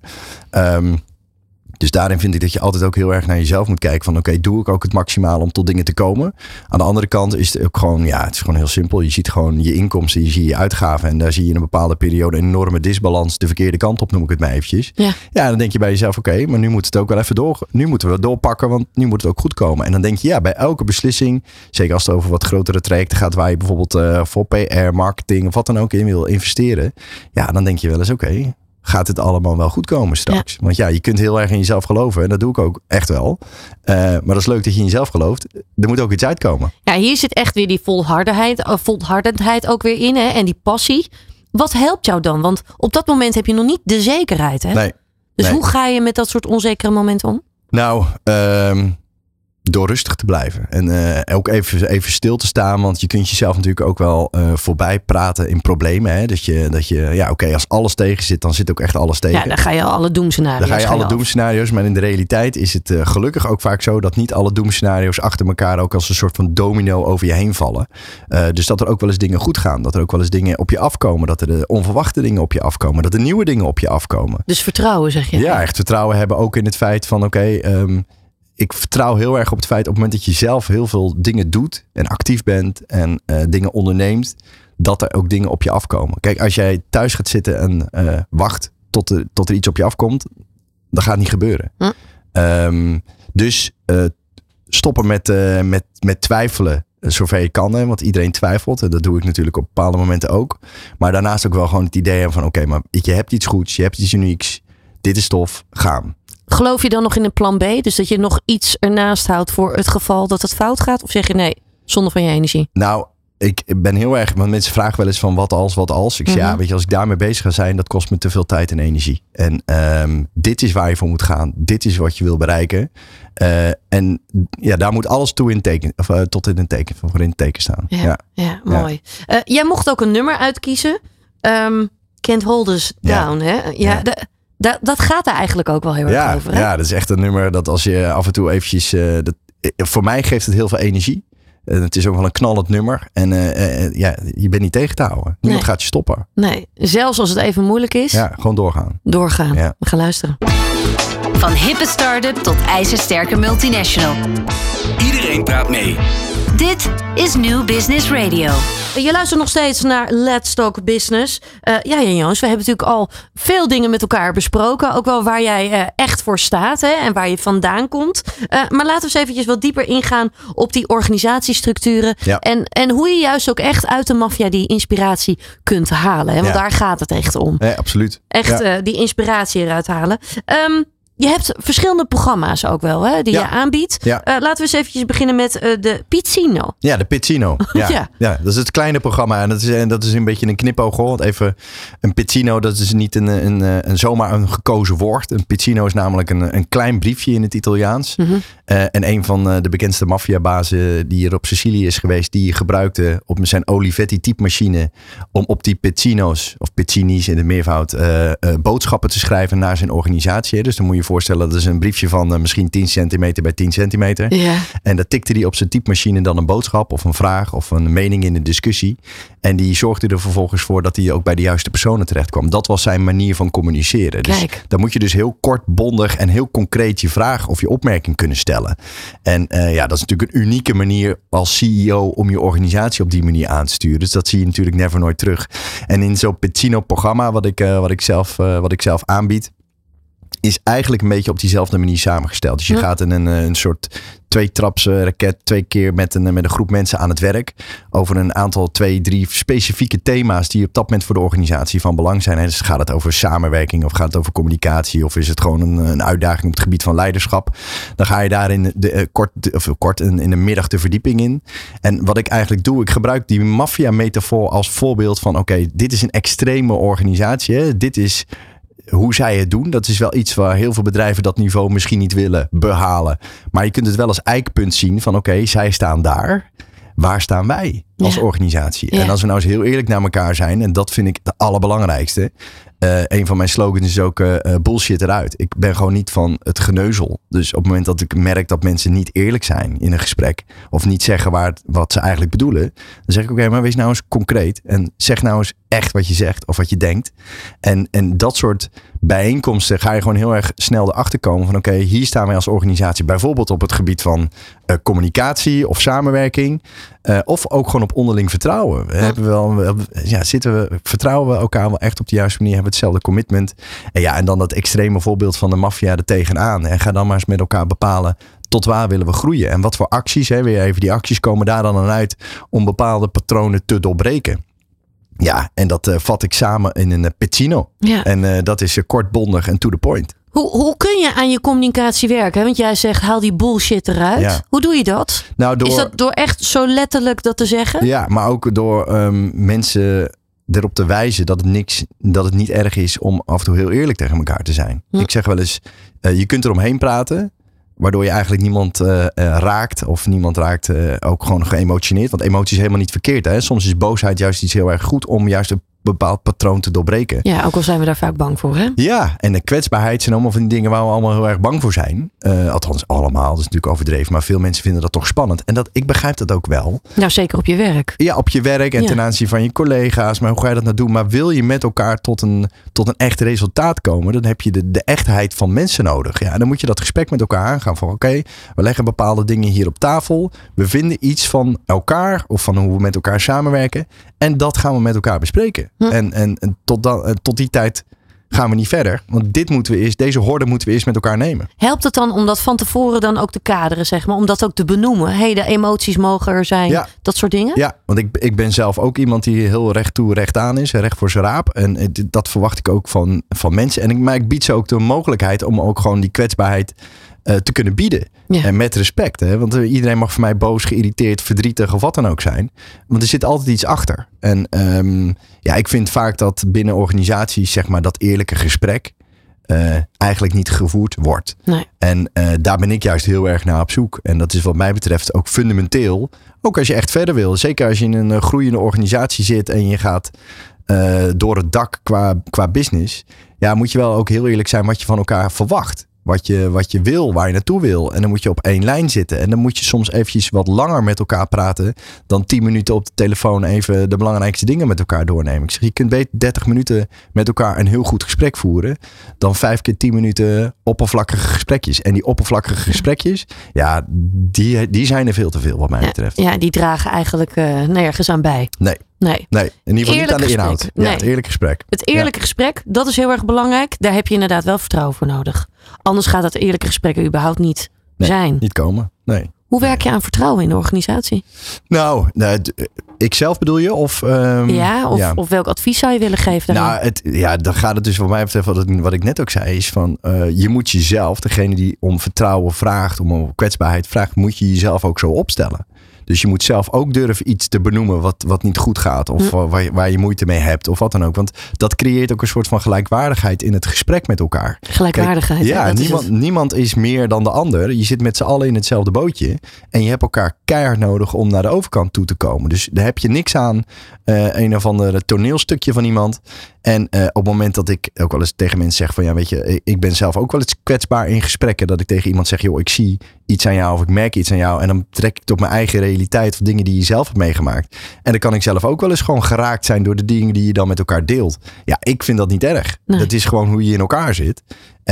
Dus daarin vind ik dat je altijd ook heel erg naar jezelf moet kijken van oké, doe ik ook het maximaal om tot dingen te komen? Aan de andere kant is het ook gewoon, het is gewoon heel simpel. Je ziet gewoon je inkomsten, je ziet je uitgaven en daar zie je in een bepaalde periode een enorme disbalans de verkeerde kant op, noem ik het maar eventjes. Ja, dan denk je bij jezelf oké, maar nu moet het ook wel even door. Nu moeten we doorpakken, want nu moet het ook goed komen. En dan denk je bij elke beslissing, zeker als het over wat grotere trajecten gaat waar je bijvoorbeeld voor PR, marketing of wat dan ook in wil investeren. Ja, dan denk je wel eens oké, gaat het allemaal wel goed komen straks? Want je kunt heel erg in jezelf geloven. En dat doe ik ook echt wel. Maar dat is leuk dat je in jezelf gelooft. Er moet ook iets uitkomen. Ja, hier zit echt weer die volhardendheid ook weer in. Hè? En die passie. Wat helpt jou dan? Want op dat moment heb je nog niet de zekerheid. Hè? Nee. Dus hoe ga je met dat soort onzekere momenten om? Nou, door rustig te blijven. En ook even stil te staan. Want je kunt jezelf natuurlijk ook wel voorbij praten in problemen. Hè? Dat je als alles tegen zit, dan zit ook echt alles tegen. Ja, dan ga je alle doemscenario's. Maar in de realiteit is het gelukkig ook vaak zo dat niet alle doemscenario's achter elkaar ook als een soort van domino over je heen vallen. Dus dat er ook wel eens dingen goed gaan. Dat er ook wel eens dingen op je afkomen. Dat er de onverwachte dingen op je afkomen. Dat er nieuwe dingen op je afkomen. Dus vertrouwen, zeg je? Ja, echt vertrouwen hebben ook in het feit van ik vertrouw heel erg op het feit op het moment dat je zelf heel veel dingen doet en actief bent en dingen onderneemt, dat er ook dingen op je afkomen. Kijk, als jij thuis gaat zitten en wacht tot er iets op je afkomt, dan gaat het niet gebeuren. Dus stoppen met twijfelen zover je kan. Hè, want iedereen twijfelt en dat doe ik natuurlijk op bepaalde momenten ook. Maar daarnaast ook wel gewoon het idee hebben van oké, maar je hebt iets goeds, je hebt iets unieks, dit is tof, gaan. Geloof je dan nog in een plan B? Dus dat je nog iets ernaast houdt voor het geval dat het fout gaat? Of zeg je nee, zonder van je energie? Nou, ik ben heel erg... Want mensen vragen wel eens van wat als? Ik zeg weet je, als ik daarmee bezig ga zijn, dat kost me te veel tijd en energie. En dit is waar je voor moet gaan. Dit is wat je wil bereiken. En daar moet alles toe in teken, tot in het teken staan. Ja, mooi. Jij mocht ook een nummer uitkiezen. Can't Hold Us Down, hè? Dat gaat er eigenlijk ook wel heel erg over. Hè? Ja, dat is echt een nummer dat als je af en toe eventjes... voor mij geeft het heel veel energie. Het is ook wel een knallend nummer. En je bent niet tegen te houden. Niemand gaat je stoppen. Nee, zelfs als het even moeilijk is. Ja, gewoon doorgaan. Ja. We gaan luisteren. Van hippe start-up tot ijzersterke multinational. Iedereen praat mee. Dit is New Business Radio. Je luistert nog steeds naar Let's Talk Business. Jan Jones, we hebben natuurlijk al veel dingen met elkaar besproken. Ook wel waar jij echt voor staat, hè, en waar je vandaan komt. Maar laten we eens eventjes wat dieper ingaan op die organisatiestructuren. Ja. En hoe je juist ook echt uit de maffia die inspiratie kunt halen. Hè? Want daar gaat het echt om. Ja, absoluut. Echt die inspiratie eruit halen. Je hebt verschillende programma's ook wel, hè, die je aanbiedt. Ja. Laten we eens eventjes beginnen met de Pizzino. Ja, de Pizzino. Ja. Dat is het kleine programma. En dat is een beetje een knipoog. Want even, een Pizzino, dat is niet zomaar een gekozen woord. Een Pizzino is namelijk een klein briefje in het Italiaans. Mm-hmm. En een van de bekendste maffiabazen die hier op Sicilië is geweest, die gebruikte op zijn Olivetti typemachine om op die Pizzino's, of Pizzini's in het meervoud, boodschappen te schrijven naar zijn organisatie. Dus dan moet je voorstellen, dat is een briefje van misschien 10 centimeter bij 10 centimeter. Ja. En dat tikte hij op zijn typemachine dan een boodschap of een vraag of een mening in de discussie. En die zorgde er vervolgens voor dat hij ook bij de juiste personen terecht kwam. Dat was zijn manier van communiceren. Dus dan moet je dus heel kort, bondig en heel concreet je vraag of je opmerking kunnen stellen. En dat is natuurlijk een unieke manier als CEO om je organisatie op die manier aan te sturen. Dus dat zie je natuurlijk never nooit terug. En in zo'n Pizzino-programma wat ik zelf aanbied, is eigenlijk een beetje op diezelfde manier samengesteld. Dus je gaat in een soort 2-traps raket 2 keer met een groep mensen aan het werk. Over een aantal 2-3 specifieke thema's die op dat moment voor de organisatie van belang zijn. Dus gaat het over samenwerking of gaat het over communicatie of is het gewoon een uitdaging op het gebied van leiderschap. Dan ga je daar in in de middag de verdieping in. En wat ik eigenlijk doe, ik gebruik die maffia-metafoor als voorbeeld van oké, dit is een extreme organisatie. Hè? Dit is hoe zij het doen. Dat is wel iets waar heel veel bedrijven dat niveau misschien niet willen behalen. Maar je kunt het wel als eikpunt zien van oké, zij staan daar. Waar staan wij als organisatie? Ja. En als we nou eens heel eerlijk naar elkaar zijn, en dat vind ik het allerbelangrijkste. Een van mijn slogans is ook bullshit eruit. Ik ben gewoon niet van het geneuzel. Dus op het moment dat ik merk dat mensen niet eerlijk zijn in een gesprek of niet zeggen wat ze eigenlijk bedoelen, dan zeg ik oké, maar wees nou eens concreet en zeg nou eens echt wat je zegt of wat je denkt. En dat soort bijeenkomsten ga je gewoon heel erg snel erachter komen van oké, hier staan wij als organisatie bijvoorbeeld op het gebied van communicatie of samenwerking. Of ook gewoon op onderling vertrouwen. Vertrouwen we elkaar wel echt op de juiste manier? Hebben we hetzelfde commitment? En dan dat extreme voorbeeld van de maffia er tegenaan. En ga dan maar eens met elkaar bepalen tot waar willen we groeien. En wat voor acties, weer even die acties komen daar dan uit om bepaalde patronen te doorbreken. Ja, en dat vat ik samen in een Pizzino. Ja. En dat is kort, bondig en to the point. Hoe kun je aan je communicatie werken? Want jij zegt, haal die bullshit eruit. Ja. Hoe doe je dat? Is dat door echt zo letterlijk dat te zeggen? Ja, maar ook door mensen erop te wijzen dat het niet erg is om af en toe heel eerlijk tegen elkaar te zijn. Ik zeg wel eens, je kunt er omheen praten, waardoor je eigenlijk niemand raakt. Of niemand raakt ook gewoon geëmotioneerd. Want emotie is helemaal niet verkeerd. Hè? Soms is boosheid juist iets heel erg goed om juist een bepaald patroon te doorbreken. Ja, ook al zijn we daar vaak bang voor, hè? Ja, en de kwetsbaarheid zijn allemaal van die dingen waar we allemaal heel erg bang voor zijn. Althans, allemaal. Dat is natuurlijk overdreven. Maar veel mensen vinden dat toch spannend. En ik begrijp dat ook wel. Nou, zeker op je werk. Ja, op je werk en ten aanzien van je collega's. Maar hoe ga je dat nou doen? Maar wil je met elkaar tot een echt resultaat komen, dan heb je de echtheid van mensen nodig. Ja, en dan moet je dat gesprek met elkaar aangaan. Van oké, we leggen bepaalde dingen hier op tafel. We vinden iets van elkaar of van hoe we met elkaar samenwerken. En dat gaan we met elkaar bespreken. En tot die tijd gaan we niet verder. Want deze horde moeten we eerst met elkaar nemen. Helpt het dan om dat van tevoren dan ook te kaderen, zeg maar? Om dat ook te benoemen? De emoties mogen er zijn. Ja. Dat soort dingen? Ja, want ik ben zelf ook iemand die heel recht toe, recht aan is. Recht voor zijn raap. En dat verwacht ik ook van mensen. Maar ik bied ze ook de mogelijkheid om ook gewoon die kwetsbaarheid te kunnen bieden. Ja. En met respect. Hè? Want iedereen mag voor mij boos, geïrriteerd, verdrietig of wat dan ook zijn. Want er zit altijd iets achter. En ik vind vaak dat binnen organisaties zeg maar dat eerlijke gesprek eigenlijk niet gevoerd wordt. Nee. En daar ben ik juist heel erg naar op zoek. En dat is wat mij betreft ook fundamenteel. Ook als je echt verder wil. Zeker als je in een groeiende organisatie zit en je gaat door het dak qua business. Ja, moet je wel ook heel eerlijk zijn wat je van elkaar verwacht. wat je wil, waar je naartoe wil. En dan moet je op één lijn zitten. En dan moet je soms eventjes wat langer met elkaar praten dan 10 minuten op de telefoon even de belangrijkste dingen met elkaar doornemen. Ik zeg, je kunt beter 30 minuten met elkaar een heel goed gesprek voeren dan 5 keer 10 minuten oppervlakkige gesprekjes. En die oppervlakkige gesprekjes, ja, die zijn er veel te veel wat mij betreft. Ja, die dragen eigenlijk nergens aan bij. Nee. In ieder geval niet aan de inhoud. Nee. Ja, het eerlijke gesprek. Het eerlijke gesprek, dat is heel erg belangrijk. Daar heb je inderdaad wel vertrouwen voor nodig. Anders gaat dat eerlijke gesprek er überhaupt niet zijn. Niet komen. Nee. Hoe werk je aan vertrouwen in de organisatie? Nou, ik zelf bedoel je? Of welk advies zou je willen geven daarin? Dan gaat het dus wat mij betreft, wat ik net ook zei, is van je moet jezelf, degene die om vertrouwen vraagt, om kwetsbaarheid vraagt, moet je jezelf ook zo opstellen. Dus je moet zelf ook durven iets te benoemen wat niet goed gaat. Of waar je moeite mee hebt. Of wat dan ook. Want dat creëert ook een soort van gelijkwaardigheid in het gesprek met elkaar. Gelijkwaardigheid. Kijk, niemand is meer dan de ander. Je zit met z'n allen in hetzelfde bootje. En je hebt elkaar keihard nodig om naar de overkant toe te komen. Dus daar heb je niks aan een of ander toneelstukje van iemand. En op het moment dat ik ook wel eens tegen mensen zeg van ja, weet je, ik ben zelf ook wel eens kwetsbaar in gesprekken. Dat ik tegen iemand zeg, joh, ik zie iets aan jou of ik merk iets aan jou. En dan trek ik het op mijn eigen realiteit of dingen die je zelf hebt meegemaakt. En dan kan ik zelf ook wel eens gewoon geraakt zijn door de dingen die je dan met elkaar deelt. Ja, ik vind dat niet erg. Nee. Dat is gewoon hoe je in elkaar zit.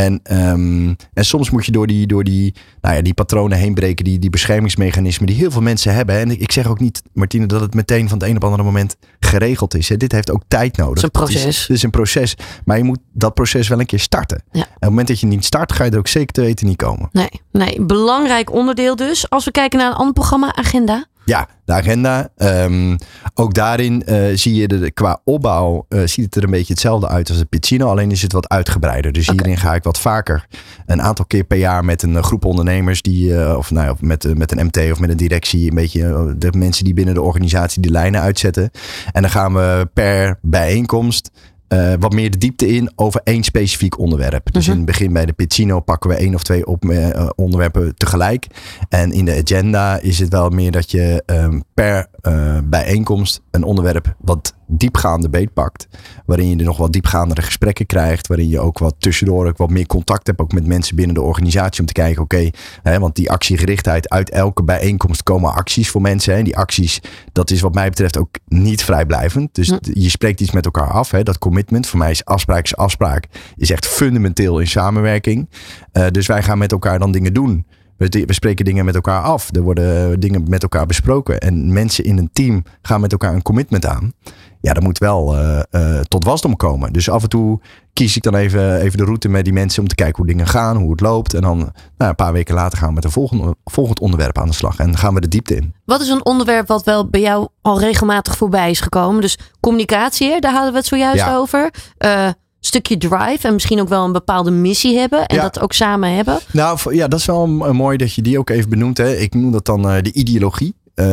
En soms moet je door die patronen heen breken, die beschermingsmechanismen die heel veel mensen hebben. En ik zeg ook niet, Martine, dat het meteen van het een op het andere moment geregeld is. Dit heeft ook tijd nodig. Het is een proces. Het is een proces. Maar je moet dat proces wel een keer starten. Ja. En op het moment dat je niet start, ga je er ook zeker te weten niet komen. Nee, belangrijk onderdeel dus. Als we kijken naar een ander programma, Agenda. Ja, de agenda. Ook daarin zie je qua opbouw ziet het er een beetje hetzelfde uit als de Piccino. Alleen is het wat uitgebreider. Dus hierin ga ik wat vaker een aantal keer per jaar met een groep ondernemers met een MT of met een directie. Een beetje de mensen die binnen de organisatie die lijnen uitzetten. En dan gaan we per bijeenkomst wat meer de diepte in over één specifiek onderwerp. Dus in het begin bij de Piccino pakken we 1 of 2 onderwerpen tegelijk. En in de agenda is het wel meer dat je per bijeenkomst een onderwerp wat diepgaande beetpakt. Waarin je er nog wat diepgaandere gesprekken krijgt. Waarin je ook wat tussendoor ook wat meer contact hebt. Ook met mensen binnen de organisatie. Om te kijken, want die actiegerichtheid uit elke bijeenkomst komen acties voor mensen. En die acties, dat is wat mij betreft ook niet vrijblijvend. Dus je spreekt iets met elkaar af. Dat commitment, voor mij is afspraak is echt fundamenteel in samenwerking. Dus wij gaan met elkaar dan dingen doen. We spreken dingen met elkaar af. Er worden dingen met elkaar besproken. En mensen in een team gaan met elkaar een commitment aan. Ja, dat moet wel tot wasdom komen. Dus af en toe kies ik dan even de route met die mensen om te kijken hoe dingen gaan, hoe het loopt. En dan een paar weken later gaan we met een volgend onderwerp aan de slag. En dan gaan we de diepte in. Wat is een onderwerp wat wel bij jou al regelmatig voorbij is gekomen? Dus communicatie, daar hadden we het zojuist over. Stukje drive en misschien ook wel een bepaalde missie hebben en dat ook samen hebben. Nou ja, dat is wel mooi dat je die ook even benoemt. Ik noem dat dan de ideologie.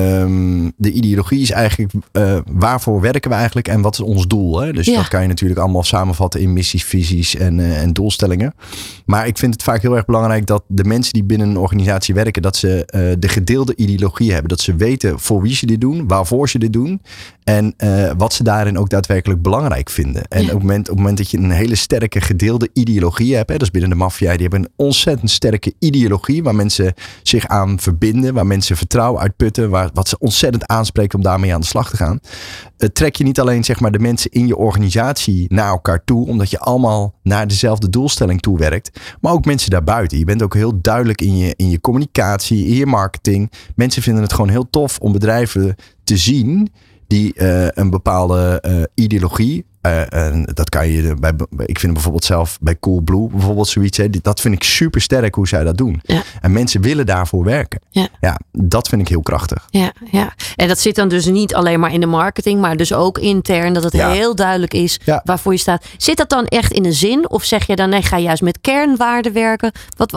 De ideologie is eigenlijk waarvoor werken we eigenlijk en wat is ons doel. Hè? Dus dat kan je natuurlijk allemaal samenvatten in missies, visies en doelstellingen. Maar ik vind het vaak heel erg belangrijk dat de mensen die binnen een organisatie werken, dat ze de gedeelde ideologie hebben. Dat ze weten voor wie ze dit doen, waarvoor ze dit doen en wat ze daarin ook daadwerkelijk belangrijk vinden. En op het moment dat je een hele sterke gedeelde ideologie hebt, dat is binnen de maffia, die hebben een ontzettend sterke ideologie waar mensen zich aan verbinden, waar mensen vertrouwen uitputten, wat ze ontzettend aanspreekt om daarmee aan de slag te gaan. Trek je niet alleen zeg maar de mensen in je organisatie naar elkaar toe, omdat je allemaal naar dezelfde doelstelling toe werkt, maar ook mensen daarbuiten. Je bent ook heel duidelijk in je communicatie, in je marketing. Mensen vinden het gewoon heel tof om bedrijven te zien die een bepaalde ideologie. Dat kan je ik vind bijvoorbeeld zelf bij Coolblue bijvoorbeeld zoiets. Dat vind ik super sterk hoe zij dat doen. Ja. En mensen willen daarvoor werken. Ja, dat vind ik heel krachtig. Ja. En dat zit dan dus niet alleen maar in de marketing, maar dus ook intern. Dat het heel duidelijk is waarvoor je staat. Zit dat dan echt in een zin? Of zeg je dan nee, ga juist met kernwaarden werken?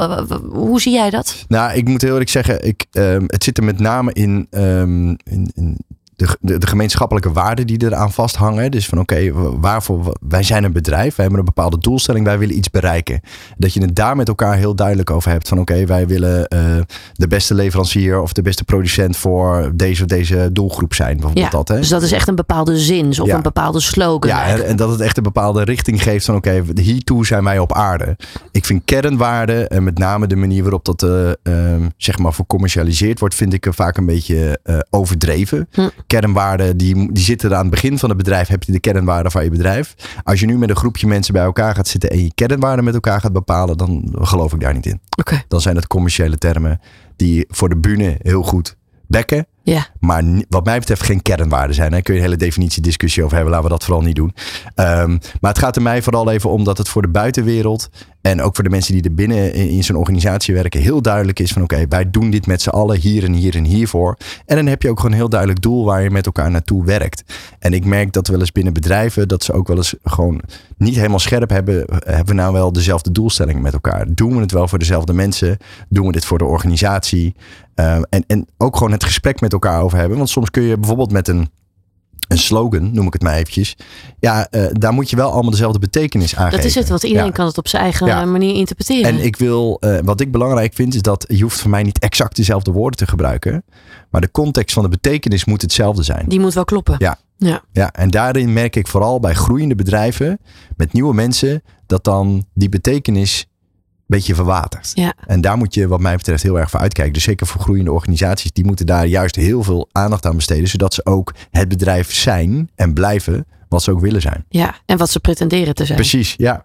Hoe zie jij dat? Nou, ik moet heel eerlijk zeggen, het zit er met name in de gemeenschappelijke waarden die eraan vasthangen. Dus van waarvoor wij zijn een bedrijf. Wij hebben een bepaalde doelstelling. Wij willen iets bereiken. Dat je het daar met elkaar heel duidelijk over hebt. Van wij willen de beste leverancier of de beste producent voor deze of deze doelgroep zijn. Bijvoorbeeld dat. Hè? Dus dat is echt een bepaalde zin of een bepaalde slogan. Ja, en dat het echt een bepaalde richting geeft van hiertoe zijn wij op aarde. Ik vind kernwaarden en met name de manier waarop dat vercommercialiseerd wordt, vind ik vaak een beetje overdreven. Kernwaarden die zitten aan het begin van het bedrijf. Heb je de kernwaarden van je bedrijf? Als je nu met een groepje mensen bij elkaar gaat zitten en je kernwaarden met elkaar gaat bepalen, dan geloof ik daar niet in. Okay. Dan zijn het commerciële termen die voor de bühne heel goed bekken. Ja. Maar wat mij betreft geen kernwaarden zijn. Daar kun je een hele definitiediscussie over hebben. Laten we dat vooral niet doen. Maar het gaat er mij vooral even om dat het voor de buitenwereld en ook voor de mensen die er binnen in zo'n organisatie werken heel duidelijk is van wij doen dit met z'n allen hier en hier en hiervoor. En dan heb je ook gewoon een heel duidelijk doel waar je met elkaar naartoe werkt. En ik merk dat wel eens binnen bedrijven dat ze ook wel eens gewoon niet helemaal scherp hebben we nou wel dezelfde doelstellingen met elkaar? Doen we het wel voor dezelfde mensen? Doen we dit voor de organisatie? En ook gewoon het gesprek met elkaar over hebben. Want soms kun je bijvoorbeeld met een slogan, noem ik het maar eventjes. Daar moet je wel allemaal dezelfde betekenis aan geven. Dat is het, want iedereen kan het op zijn eigen manier interpreteren. En ik wil, wat ik belangrijk vind, is dat je hoeft voor mij niet exact dezelfde woorden te gebruiken. Maar de context van de betekenis moet hetzelfde zijn. Die moet wel kloppen. Ja, en daarin merk ik vooral bij groeiende bedrijven, met nieuwe mensen, dat dan die betekenis beetje verwaterd. Ja. En daar moet je wat mij betreft heel erg voor uitkijken. Dus zeker voor groeiende organisaties, die moeten daar juist heel veel aandacht aan besteden, zodat ze ook het bedrijf zijn en blijven wat ze ook willen zijn. Ja, en wat ze pretenderen te zijn. Precies, ja.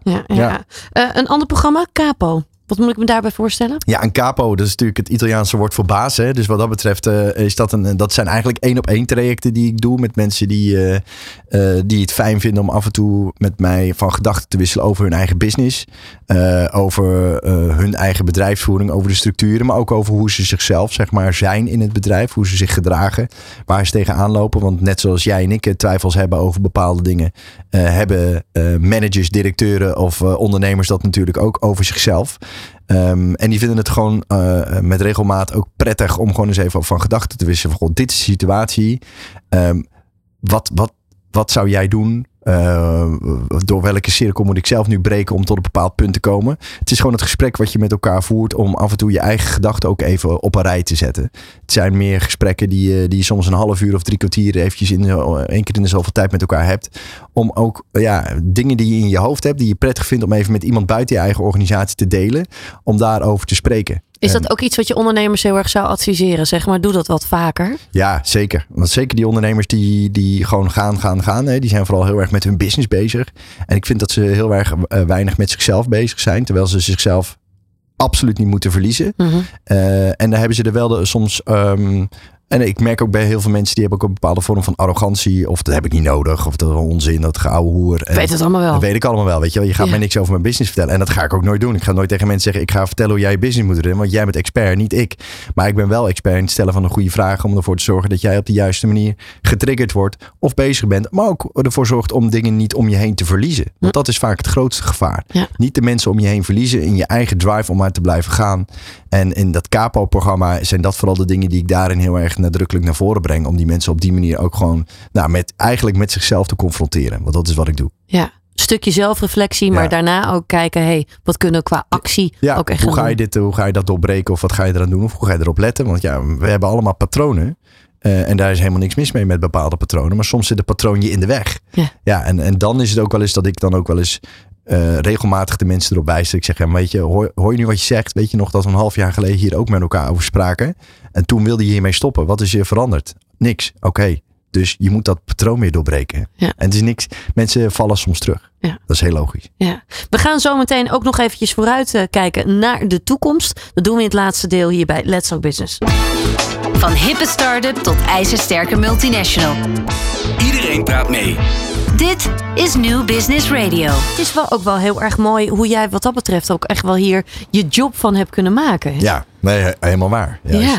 Een ander programma, Capo. Wat moet ik me daarbij voorstellen? Ja, een capo, dat is natuurlijk het Italiaanse woord voor baas. Hè? Dus wat dat betreft is dat zijn eigenlijk 1-op-1 trajecten die ik doe met mensen die het fijn vinden om af en toe met mij van gedachten te wisselen over hun eigen business. Over hun eigen bedrijfsvoering, over de structuren, maar ook over hoe ze zichzelf zijn in het bedrijf. Hoe ze zich gedragen, waar ze tegenaan lopen. Want net zoals jij en ik twijfels hebben over bepaalde dingen, hebben managers, directeuren of ondernemers dat natuurlijk ook over zichzelf. En die vinden het gewoon met regelmaat ook prettig om gewoon eens even van gedachten te wisselen. Van, dit is de situatie. Wat zou jij doen? Door welke cirkel moet ik zelf nu breken om tot een bepaald punt te komen? Het is gewoon het gesprek wat je met elkaar voert om af en toe je eigen gedachten ook even op een rij te zetten. Het zijn meer gesprekken die je soms een half uur of 3 kwartier eventjes één keer in de zoveel tijd met elkaar hebt. Om ook dingen die je in je hoofd hebt, die je prettig vindt om even met iemand buiten je eigen organisatie te delen, om daarover te spreken. Is dat ook iets wat je ondernemers heel erg zou adviseren? Zeg maar, doe dat wat vaker. Ja, zeker. Want zeker die ondernemers die gewoon gaan. Hè, die zijn vooral heel erg met hun business bezig. En ik vind dat ze heel erg weinig met zichzelf bezig zijn. Terwijl ze zichzelf absoluut niet moeten verliezen. Mm-hmm. En daar hebben ze er wel soms... En ik merk ook bij heel veel mensen, die hebben ook een bepaalde vorm van arrogantie. Of dat heb ik niet nodig. Of dat is onzin, dat geouwe hoer. Ik weet het allemaal wel. Dat weet ik allemaal wel. Weet je wel. Je gaat mij niks over mijn business vertellen. En dat ga ik ook nooit doen. Ik ga nooit tegen mensen zeggen, ik ga vertellen hoe jij je business moet doen. Want jij bent expert, niet ik. Maar ik ben wel expert in het stellen van een goede vraag. Om ervoor te zorgen dat jij op de juiste manier getriggerd wordt. Of bezig bent. Maar ook ervoor zorgt om dingen niet om je heen te verliezen. Want dat is vaak het grootste gevaar. Ja. Niet de mensen om je heen verliezen. In je eigen drive om maar te blijven gaan. En in dat Capo-programma zijn dat vooral de dingen die ik daarin heel erg nadrukkelijk naar voren breng. Om die mensen op die manier ook gewoon eigenlijk met zichzelf te confronteren. Want dat is wat ik doe. Ja, een stukje zelfreflectie, maar daarna ook kijken, wat kunnen we qua actie ook echt hoe ga je dat doorbreken of wat ga je eraan doen of hoe ga je erop letten? Want we hebben allemaal patronen. En daar is helemaal niks mis mee met bepaalde patronen. Maar soms zit een patroon je in de weg. Ja, en dan is het ook wel eens dat ik dan ook wel eens regelmatig de mensen erop wijs. Ik zeg, weet je, hoor je nu wat je zegt? Weet je nog dat we een half jaar geleden hier ook met elkaar over spraken? En toen wilde je hiermee stoppen. Wat is je veranderd? Niks. Oké. Dus je moet dat patroon weer doorbreken. Ja. En het is niks. Mensen vallen soms terug. Ja. Dat is heel logisch. Ja. We gaan zo meteen ook nog eventjes vooruit kijken naar de toekomst. Dat doen we in het laatste deel hier bij Let's Talk Business. Van hippe start-up tot ijzersterke multinational. Iedereen praat mee. Dit is New Business Radio. Het is wel ook wel heel erg mooi hoe jij wat dat betreft ook echt wel hier je job van hebt kunnen maken. Ja, nee, helemaal waar. Ja.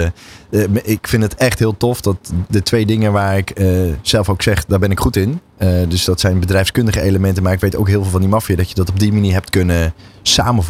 Ik vind het echt heel tof dat de 2 dingen waar ik zelf ook zeg, daar ben ik goed in. Dus dat zijn bedrijfskundige elementen, maar ik weet ook heel veel van die maffia, dat je dat op die manier hebt kunnen samenvoegen.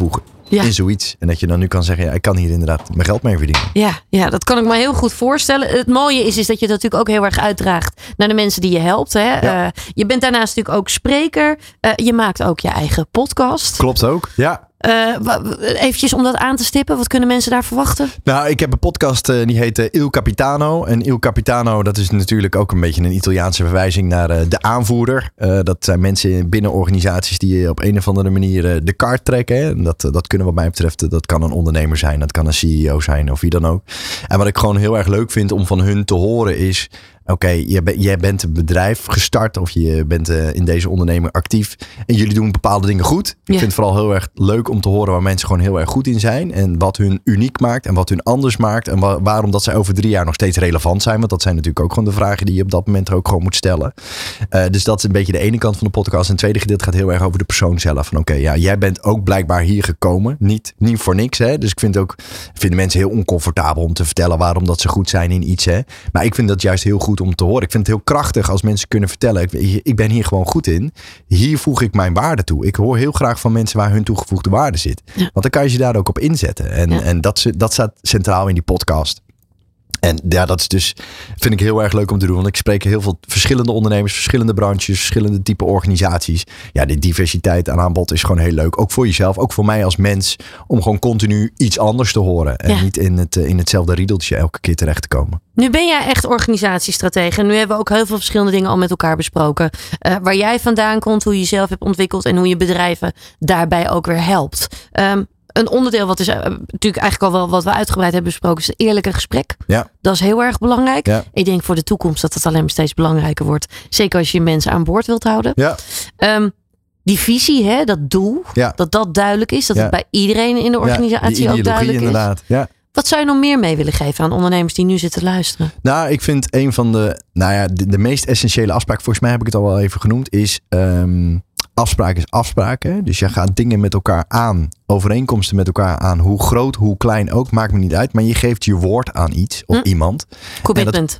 in zoiets. En dat je dan nu kan zeggen, ik kan hier inderdaad mijn geld mee verdienen. Ja, dat kan ik me heel goed voorstellen. Het mooie is dat je het natuurlijk ook heel erg uitdraagt naar de mensen die je helpt. Hè? Ja. Je bent daarnaast natuurlijk ook spreker. Je maakt ook je eigen podcast. Klopt ook, ja. Eventjes om dat aan te stippen. Wat kunnen mensen daar verwachten? Nou, ik heb een podcast die heet Il Capitano. En Il Capitano, dat is natuurlijk ook een beetje een Italiaanse verwijzing naar de aanvoerder. Dat zijn mensen binnen organisaties die op een of andere manier de kaart trekken. Hè. En dat kunnen wat mij betreft, dat kan een ondernemer zijn. Dat kan een CEO zijn of wie dan ook. En wat ik gewoon heel erg leuk vind om van hun te horen is... Oké, jij bent een bedrijf gestart of je bent in deze onderneming actief en jullie doen bepaalde dingen goed. Ik vind het vooral heel erg leuk om te horen waar mensen gewoon heel erg goed in zijn en wat hun uniek maakt en wat hun anders maakt en waarom dat zij over 3 jaar nog steeds relevant zijn. Want dat zijn natuurlijk ook gewoon de vragen die je op dat moment ook gewoon moet stellen. Dus dat is een beetje de ene kant van de podcast. En het tweede gedeelte gaat heel erg over de persoon zelf. Van jij bent ook blijkbaar hier gekomen. Niet voor niks. Hè? Dus ik vinden mensen heel oncomfortabel om te vertellen waarom dat ze goed zijn in iets. Hè? Maar ik vind dat juist heel goed om te horen. Ik vind het heel krachtig als mensen kunnen vertellen. Ik ben hier gewoon goed in. Hier voeg ik mijn waarde toe. Ik hoor heel graag van mensen waar hun toegevoegde waarde zit. Ja. Want dan kan je ze daar ook op inzetten. En dat staat centraal in die podcast. En ja, dat is dus, vind ik heel erg leuk om te doen. Want ik spreek heel veel verschillende ondernemers, verschillende branches, verschillende type organisaties. Ja, die diversiteit aan aanbod is gewoon heel leuk. Ook voor jezelf, ook voor mij als mens. Om gewoon continu iets anders te horen. En niet in hetzelfde riedeltje elke keer terecht te komen. Nu ben jij echt organisatiestratege. En nu hebben we ook heel veel verschillende dingen al met elkaar besproken. Waar jij vandaan komt, hoe je jezelf hebt ontwikkeld. En hoe je bedrijven daarbij ook weer helpt. Een onderdeel wat is natuurlijk eigenlijk al wel wat we uitgebreid hebben besproken, is het eerlijke gesprek. Ja. Dat is heel erg belangrijk. Ja. Ik denk voor de toekomst dat het alleen maar steeds belangrijker wordt. Zeker als je mensen aan boord wilt houden. Ja. Die visie, hè, dat doel, dat duidelijk is. Dat het bij iedereen in de organisatie ook duidelijk inderdaad. is. Ja. Wat zou je nog meer mee willen geven aan ondernemers die nu zitten luisteren? Nou, ik vind een van de meest essentiële afspraken, volgens mij heb ik het al wel even genoemd, is... Afspraak is afspraak. Hè? Dus je gaat dingen met elkaar aan. Overeenkomsten met elkaar aan. Hoe groot, hoe klein ook. Maakt me niet uit. Maar je geeft je woord aan iets of iemand. Commitment.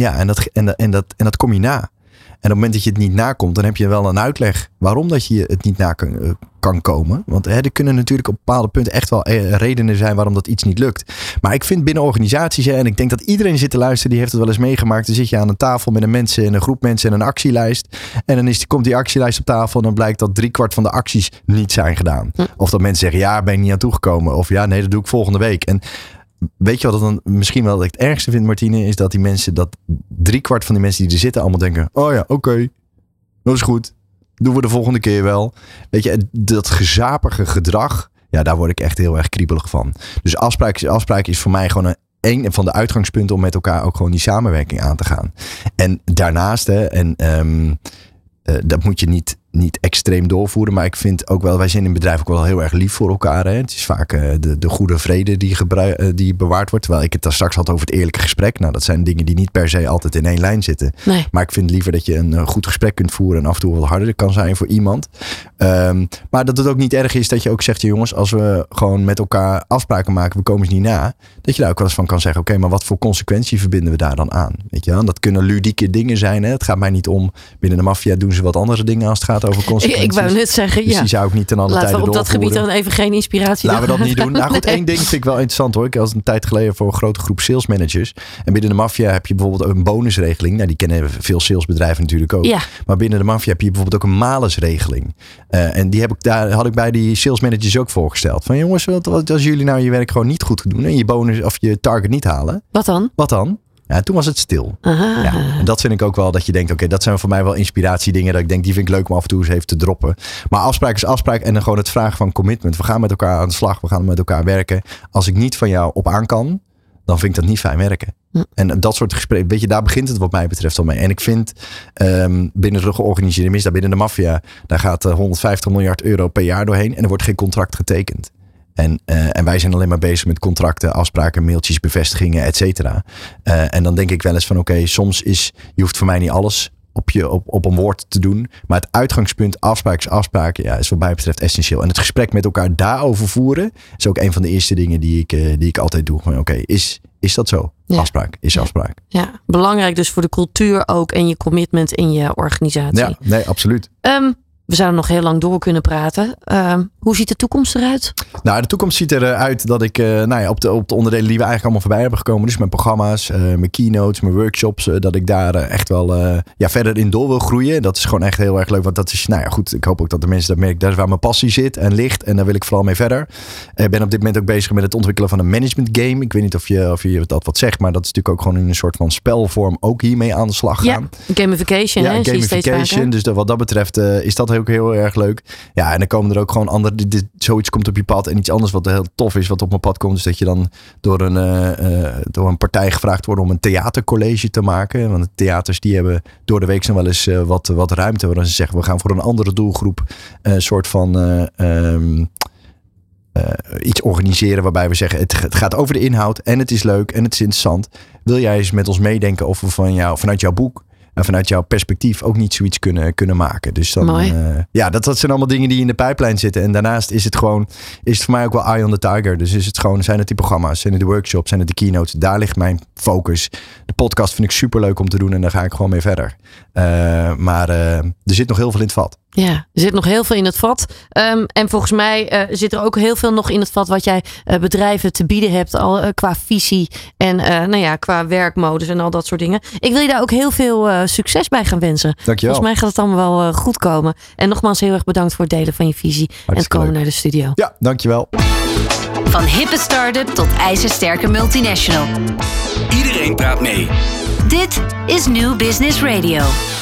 En dat kom je na. En op het moment dat je het niet nakomt, dan heb je wel een uitleg waarom dat je het niet na kan komen. Want er kunnen natuurlijk op bepaalde punten echt wel redenen zijn waarom dat iets niet lukt. Maar ik vind binnen organisaties, en ik denk dat iedereen zit te luisteren, die heeft het wel eens meegemaakt. Dan zit je aan een tafel met een groep mensen en een actielijst. En dan komt die actielijst op tafel en dan blijkt dat 3/4 van de acties niet zijn gedaan. Of dat mensen zeggen, ja, ben ik niet aan toegekomen. Of ja, nee, dat doe ik volgende week. En weet je wat dan misschien wel het ergste vindt, Martine, is dat die mensen, dat 3/4 van die mensen die er zitten allemaal denken, oh ja, oké, dat is goed. Doen we de volgende keer wel. Weet je, dat gezapige gedrag, ja, daar word ik echt heel erg kriebelig van. Dus afspraak is voor mij gewoon een van de uitgangspunten om met elkaar ook gewoon die samenwerking aan te gaan. En daarnaast, dat moet je niet extreem doorvoeren. Maar ik vind ook wel, wij zijn in het bedrijf ook wel heel erg lief voor elkaar. Hè? Het is vaak de goede vrede die bewaard wordt. Terwijl ik het daar straks had over het eerlijke gesprek. Nou, dat zijn dingen die niet per se altijd in één lijn zitten. Nee. Maar ik vind liever dat je een goed gesprek kunt voeren en af en toe wat harder kan zijn voor iemand. Maar dat het ook niet erg is dat je ook zegt, jongens, als we gewoon met elkaar afspraken maken, we komen ze niet na. Dat je daar ook wel eens van kan zeggen, oké, maar wat voor consequentie verbinden we daar dan aan? Weet je wel? Dat kunnen ludieke dingen zijn. Hè? Het gaat mij niet om, binnen de maffia doen ze wat andere dingen als het gaat over consequenties. Ik wou net zeggen, dus die zou ik niet ten alle tijde doorvoeren. Laten we op dat gebied dan even geen inspiratie Laten we dat niet doen. Nou goed, één ding vind ik wel interessant hoor. Ik was een tijd geleden voor een grote groep salesmanagers. En binnen de maffia heb je bijvoorbeeld ook een bonusregeling. Nou, die kennen veel salesbedrijven natuurlijk ook. Ja. Maar binnen de maffia heb je bijvoorbeeld ook een malusregeling. En daar had ik bij die salesmanagers ook voorgesteld. Van jongens, wat als jullie nou je werk gewoon niet goed doen en je bonus of je target niet halen. Wat dan? Ja, toen was het stil. Ja, en dat vind ik ook wel dat je denkt, oké, dat zijn voor mij wel inspiratiedingen. Dat ik denk, die vind ik leuk om af en toe eens even te droppen. Maar afspraak is afspraak en dan gewoon het vragen van commitment. We gaan met elkaar aan de slag, we gaan met elkaar werken. Als ik niet van jou op aan kan, dan vind ik dat niet fijn werken. En dat soort gesprekken, weet je, daar begint het wat mij betreft al mee. En ik vind binnen de georganiseerde misdaad, binnen de maffia, daar gaat 150 miljard euro per jaar doorheen en er wordt geen contract getekend. En wij zijn alleen maar bezig met contracten, afspraken, mailtjes, bevestigingen, et cetera. En dan denk ik wel eens van oké, soms je hoeft voor mij niet alles op een woord te doen. Maar het uitgangspunt, afspraak is afspraak, ja, is wat mij betreft essentieel. En het gesprek met elkaar daarover voeren is ook een van de eerste dingen die ik altijd doe. Oké, is dat zo? Ja. Afspraak is afspraak. Ja, belangrijk dus voor de cultuur ook en je commitment in je organisatie. Ja, nee, absoluut. we zouden nog heel lang door kunnen praten. Hoe ziet de toekomst eruit? Nou, de toekomst ziet eruit dat ik op de onderdelen die we eigenlijk allemaal voorbij hebben gekomen. Dus mijn programma's, mijn keynotes, mijn workshops. Dat ik daar echt wel verder in door wil groeien. Dat is gewoon echt heel erg leuk. Want dat is, ik hoop ook dat de mensen dat merken. Dat is waar mijn passie zit en ligt. En daar wil ik vooral mee verder. Ik ben op dit moment ook bezig met het ontwikkelen van een management game. Ik weet niet of je dat wat zegt. Maar dat is natuurlijk ook gewoon in een soort van spelvorm ook hiermee aan de slag gaan. Ja, gamification. Ja, hè? gamification. Dus wat dat betreft is dat ook heel erg leuk. Ja, en dan komen er ook gewoon andere... Zoiets komt op je pad. En iets anders wat heel tof is wat op mijn pad komt. Is dat je dan door een partij gevraagd wordt om een theatercollege te maken. Want de theaters die hebben door de week nog wel eens wat ruimte. Waarin ze zeggen we gaan voor een andere doelgroep een soort van... iets organiseren waarbij we zeggen het gaat over de inhoud en het is leuk en het is interessant. Wil jij eens met ons meedenken of we vanuit jouw boek en vanuit jouw perspectief ook niet zoiets kunnen maken. Dus dan, dat zijn allemaal dingen die in de pijplijn zitten. En daarnaast is het voor mij ook wel eye on the tiger. Dus is het gewoon, zijn het die programma's, zijn het de workshops, zijn het de keynotes. Daar ligt mijn focus. De podcast vind ik super leuk om te doen en daar ga ik gewoon mee verder. Maar er zit nog heel veel in het vat. Ja, er zit nog heel veel in het vat. En volgens mij zit er ook heel veel nog in het vat wat jij bedrijven te bieden hebt. Al qua visie en qua werkmodus en al dat soort dingen. Ik wil je daar ook heel veel succes bij gaan wensen. Dankjewel. Volgens mij gaat het allemaal wel goed komen. En nogmaals heel erg bedankt voor het delen van je visie. Hartstikke en het komen leuk. naar de studio. Ja, dankjewel. Van hippe start-up tot ijzersterke multinational. Iedereen praat mee. Dit is New Business Radio.